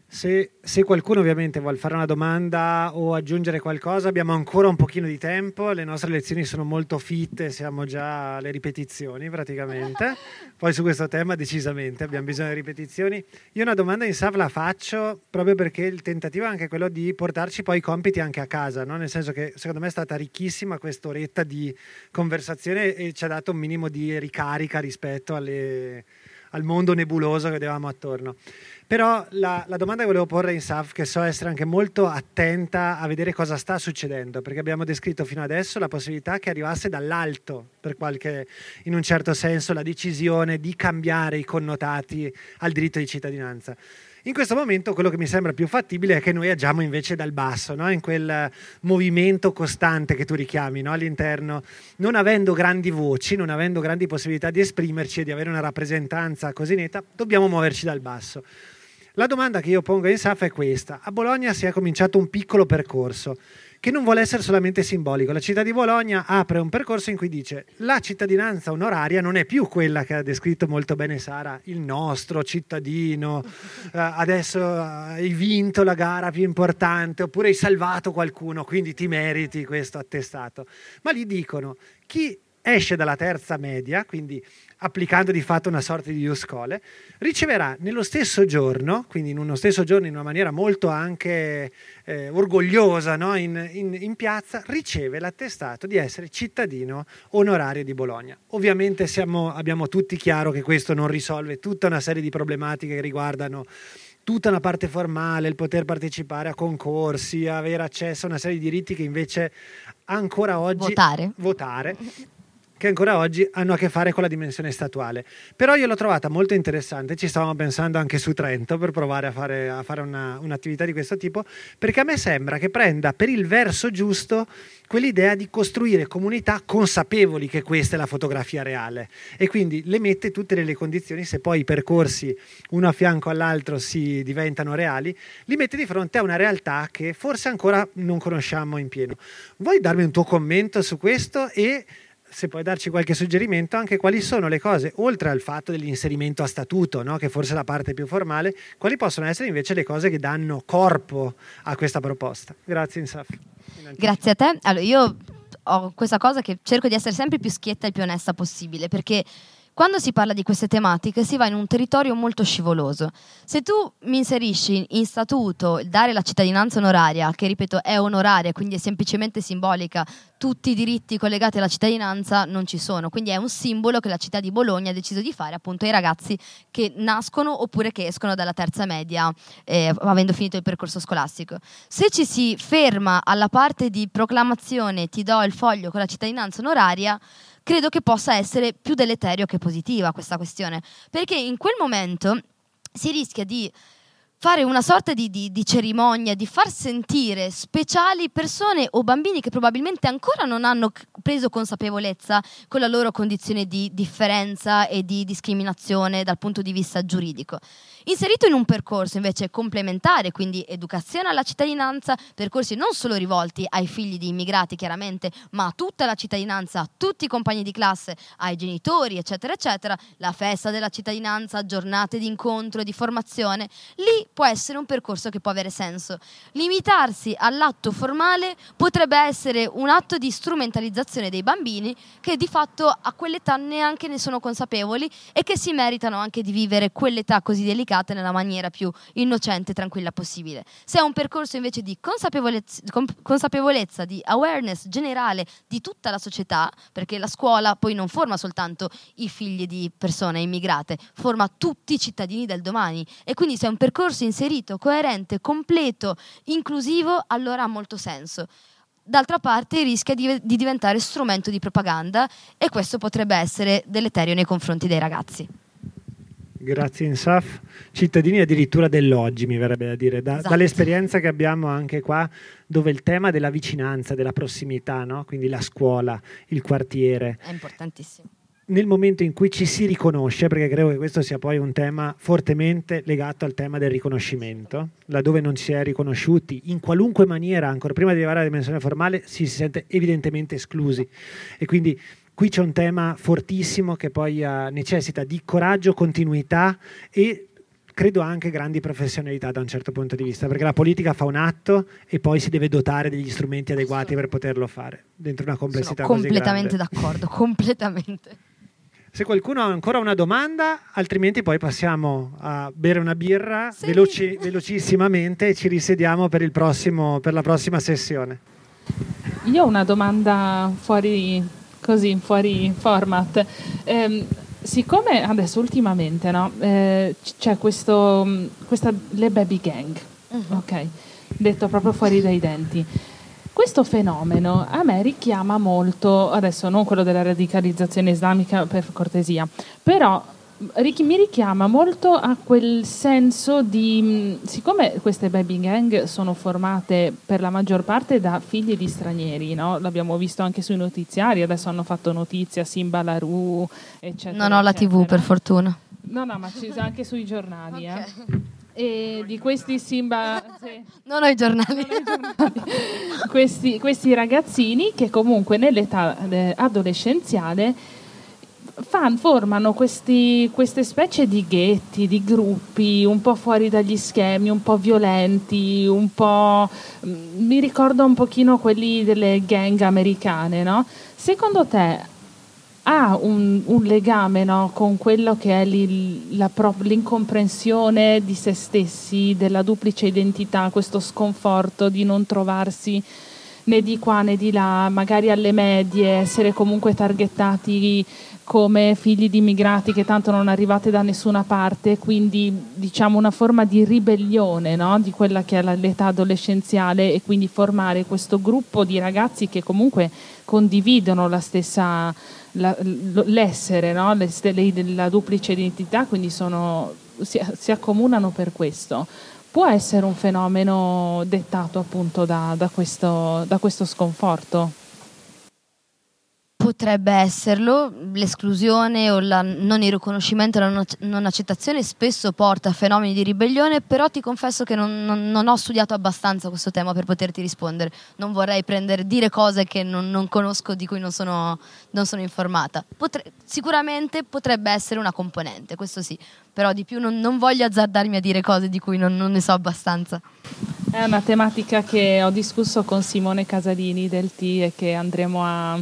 Se, se qualcuno ovviamente vuole fare una domanda o aggiungere qualcosa, abbiamo ancora un pochino di tempo, le nostre lezioni sono molto fitte, siamo già alle ripetizioni praticamente, poi su questo tema decisamente abbiamo bisogno di ripetizioni. Io una domanda in S A V la faccio proprio perché il tentativo è anche quello di portarci poi i compiti anche a casa, no? Nel senso che secondo me è stata ricchissima quest'oretta di conversazione e ci ha dato un minimo di ricarica rispetto alle, al mondo nebuloso che vedevamo attorno. Però la, la domanda che volevo porre in S A V, che so essere anche molto attenta a vedere cosa sta succedendo, perché abbiamo descritto fino adesso la possibilità che arrivasse dall'alto, per qualche, in un certo senso, la decisione di cambiare i connotati al diritto di cittadinanza. In questo momento quello che mi sembra più fattibile è che noi agiamo invece dal basso, no? In quel movimento costante che tu richiami, no? All'interno, non avendo grandi voci, non avendo grandi possibilità di esprimerci e di avere una rappresentanza così netta, dobbiamo muoverci dal basso. La domanda che io pongo in S A F è questa. A Bologna si è cominciato un piccolo percorso che non vuole essere solamente simbolico. La città di Bologna apre un percorso in cui dice la cittadinanza onoraria non è più quella che ha descritto molto bene Sara, il nostro cittadino, eh, adesso hai vinto la gara più importante oppure hai salvato qualcuno, quindi ti meriti questo attestato. Ma lì dicono chi esce dalla terza media, quindi applicando di fatto una sorta di ius scholae, riceverà nello stesso giorno, quindi in uno stesso giorno in una maniera molto anche eh, orgogliosa, no? in, in, in piazza, riceve l'attestato di essere cittadino onorario di Bologna. Ovviamente siamo, abbiamo tutti chiaro che questo non risolve tutta una serie di problematiche che riguardano tutta una parte formale, il poter partecipare a concorsi, avere accesso a una serie di diritti che invece ancora oggi... Votare. Votare che ancora oggi hanno a che fare con la dimensione statuale. Però io l'ho trovata molto interessante, ci stavamo pensando anche su Trento per provare a fare, a fare una, un'attività di questo tipo, perché a me sembra che prenda per il verso giusto quell'idea di costruire comunità consapevoli che questa è la fotografia reale e quindi le mette tutte nelle condizioni, se poi i percorsi uno a fianco all'altro si diventano reali, li mette di fronte a una realtà che forse ancora non conosciamo in pieno. Vuoi darmi un tuo commento su questo e se puoi darci qualche suggerimento anche quali sono le cose, oltre al fatto dell'inserimento a statuto, no? Che forse è la parte più formale, quali possono essere invece le cose che danno corpo a questa proposta? Grazie Insaf. Grazie a te. Allora, io ho questa cosa che cerco di essere sempre più schietta e più onesta possibile, perché quando si parla di queste tematiche si va in un territorio molto scivoloso. Se tu mi inserisci in statuto dare la cittadinanza onoraria, che ripeto è onoraria, quindi è semplicemente simbolica, tutti i diritti collegati alla cittadinanza non ci sono, quindi è un simbolo che la città di Bologna ha deciso di fare appunto ai ragazzi che nascono oppure che escono dalla terza media eh, avendo finito il percorso scolastico. Se ci si ferma alla parte di proclamazione ti do il foglio con la cittadinanza onoraria, credo che possa essere più deleterio che positiva questa questione, perché in quel momento si rischia di fare una sorta di, di, di cerimonia, di far sentire speciali persone o bambini che probabilmente ancora non hanno preso consapevolezza con la loro condizione di differenza e di discriminazione dal punto di vista giuridico. Inserito in un percorso invece complementare, quindi educazione alla cittadinanza, percorsi non solo rivolti ai figli di immigrati chiaramente, ma a tutta la cittadinanza, a tutti i compagni di classe, ai genitori, eccetera, eccetera, la festa della cittadinanza, giornate di incontro, di formazione, lì può essere un percorso che può avere senso. Limitarsi all'atto formale potrebbe essere un atto di strumentalizzazione dei bambini che di fatto a quell'età neanche ne sono consapevoli e che si meritano anche di vivere quell'età così delicata nella maniera più innocente e tranquilla possibile. Se è un percorso invece di consapevolezza, consapevolezza, di awareness generale di tutta la società, perché la scuola poi non forma soltanto i figli di persone immigrate, forma tutti i cittadini del domani e quindi se è un percorso inserito, coerente, completo, inclusivo, allora ha molto senso. D'altra parte rischia di, di diventare strumento di propaganda e questo potrebbe essere deleterio nei confronti dei ragazzi. Grazie Insaf. Cittadini addirittura dell'oggi, mi verrebbe da dire, da, esatto. Dall'esperienza che abbiamo anche qua, dove il tema della vicinanza, della prossimità, no? Quindi la scuola, il quartiere, è importantissimo. Nel momento in cui ci si riconosce, perché credo che questo sia poi un tema fortemente legato al tema del riconoscimento, laddove non si è riconosciuti in qualunque maniera, ancora prima di arrivare alla dimensione formale, si sente evidentemente esclusi e quindi qui c'è un tema fortissimo che poi uh, necessita di coraggio, continuità e credo anche grandi professionalità da un certo punto di vista, perché la politica fa un atto e poi si deve dotare degli strumenti adeguati per poterlo fare dentro una complessità Sono così completamente grande. d'accordo, completamente. Se qualcuno ha ancora una domanda, altrimenti poi passiamo a bere una birra sì. veloci, velocissimamente e ci risediamo per, il prossimo, per la prossima sessione. Io ho una domanda fuori, così, fuori format. Eh, siccome adesso ultimamente no, eh, c'è questo, questa, le baby gang, uh-huh. ok? Detto proprio fuori dai denti. Questo fenomeno a me richiama molto, adesso non quello della radicalizzazione islamica per cortesia, però mi richiama molto a quel senso di, siccome queste baby gang sono formate per la maggior parte da figli di stranieri, no? L'abbiamo visto anche sui notiziari, adesso hanno fatto notizia, Simba Larù, eccetera. Non ho la eccetera. tivù, per fortuna. No, no, ma ci sono anche sui giornali, okay. eh. E di questi Simba sì. non ho i giornali, non ho i giornali. questi, questi ragazzini che comunque nell'età eh, adolescenziale fan, formano questi, queste specie di ghetti, di gruppi un po' fuori dagli schemi, un po' violenti, un po' mi ricordo un pochino quelli delle gang americane, no? Secondo te ha un, un legame, no, con quello che è li, la pro, l'incomprensione di se stessi, della duplice identità, questo sconforto di non trovarsi né di qua né di là, magari alle medie, essere comunque targettati come figli di immigrati che tanto non arrivate da nessuna parte, quindi diciamo una forma di ribellione, no, di quella che è l'età adolescenziale, e quindi formare questo gruppo di ragazzi che comunque condividono la stessa La, l'essere, no? La duplice identità, quindi sono, si, si accomunano per questo. Può essere un fenomeno dettato appunto da, da, questo, da questo sconforto? Potrebbe esserlo, l'esclusione o la non il riconoscimento, la non accettazione spesso porta a fenomeni di ribellione, però ti confesso che non, non, non ho studiato abbastanza questo tema per poterti rispondere. Non vorrei prendere, dire cose che non, non conosco, di cui non sono, non sono informata. Potre, sicuramente potrebbe essere una componente, questo sì, però di più non, non voglio azzardarmi a dire cose di cui non, non ne so abbastanza. È una tematica che ho discusso con Simone Casalini del T e che andremo a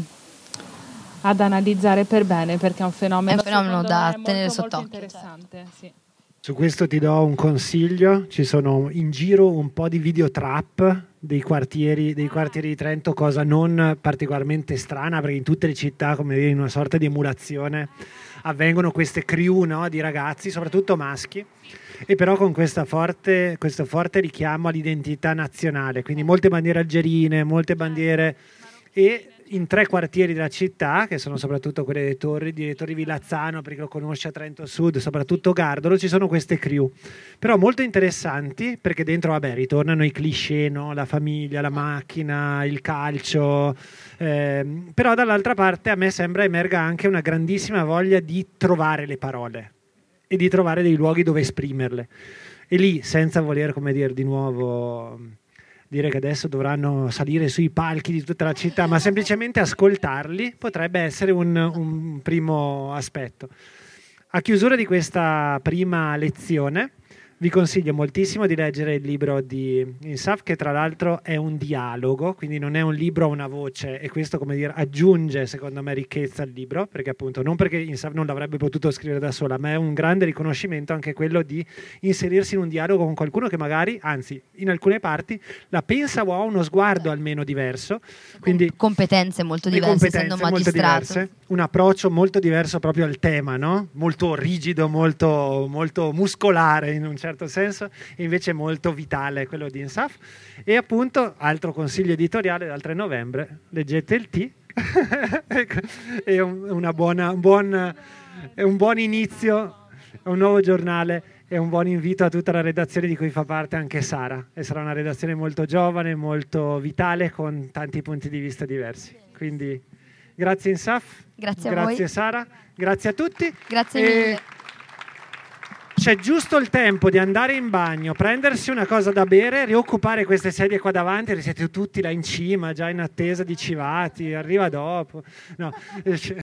ad analizzare per bene, perché è un fenomeno, è un fenomeno da molto, tenere molto, sott'occhio. molto interessante, sì. Su questo ti do un consiglio: ci sono in giro un po' di video trap dei quartieri, dei quartieri di Trento, cosa non particolarmente strana, perché in tutte le città, come dire, in una sorta di emulazione, avvengono queste crew, no, di ragazzi, soprattutto maschi, e però con questa forte, questo forte richiamo all'identità nazionale, quindi molte bandiere algerine, molte bandiere, e in tre quartieri della città, che sono soprattutto quelle dei Torri, di Torri Villazzano, perché lo conosce a Trento Sud, soprattutto Gardolo, ci sono queste crew, però molto interessanti, perché dentro, vabbè, ritornano i cliché, no? La famiglia, la macchina, il calcio, ehm, però dall'altra parte a me sembra emerga anche una grandissima voglia di trovare le parole e di trovare dei luoghi dove esprimerle, e lì, senza voler, come dire, di nuovo dire che adesso dovranno salire sui palchi di tutta la città, ma semplicemente ascoltarli potrebbe essere un, un primo aspetto. A chiusura di questa prima lezione vi consiglio moltissimo di leggere il libro di Insaf, che tra l'altro è un dialogo, quindi non è un libro a una voce, e questo, come dire, aggiunge secondo me ricchezza al libro, perché appunto non perché Insaf non l'avrebbe potuto scrivere da sola, ma è un grande riconoscimento anche quello di inserirsi in un dialogo con qualcuno che magari, anzi in alcune parti, la pensa o ha uno sguardo almeno diverso, quindi competenze molto diverse, essendo magistrato, molto diverse, un approccio molto diverso proprio al tema, no? Molto rigido, molto, molto muscolare in un certo senso, e invece molto vitale quello di Insaf. E appunto, altro consiglio editoriale, dal tre novembre leggete il T è un, una buona, un, buon, è un buon inizio, è un nuovo giornale, è un buon invito a tutta la redazione di cui fa parte anche Sara, e sarà una redazione molto giovane, molto vitale, con tanti punti di vista diversi. Quindi grazie Insaf, grazie a grazie voi. Sara, grazie a tutti. Grazie e mille. C'è giusto il tempo di andare in bagno, prendersi una cosa da bere, rioccupare queste sedie qua davanti, siete tutti là in cima, già in attesa di Civati, arriva dopo. No.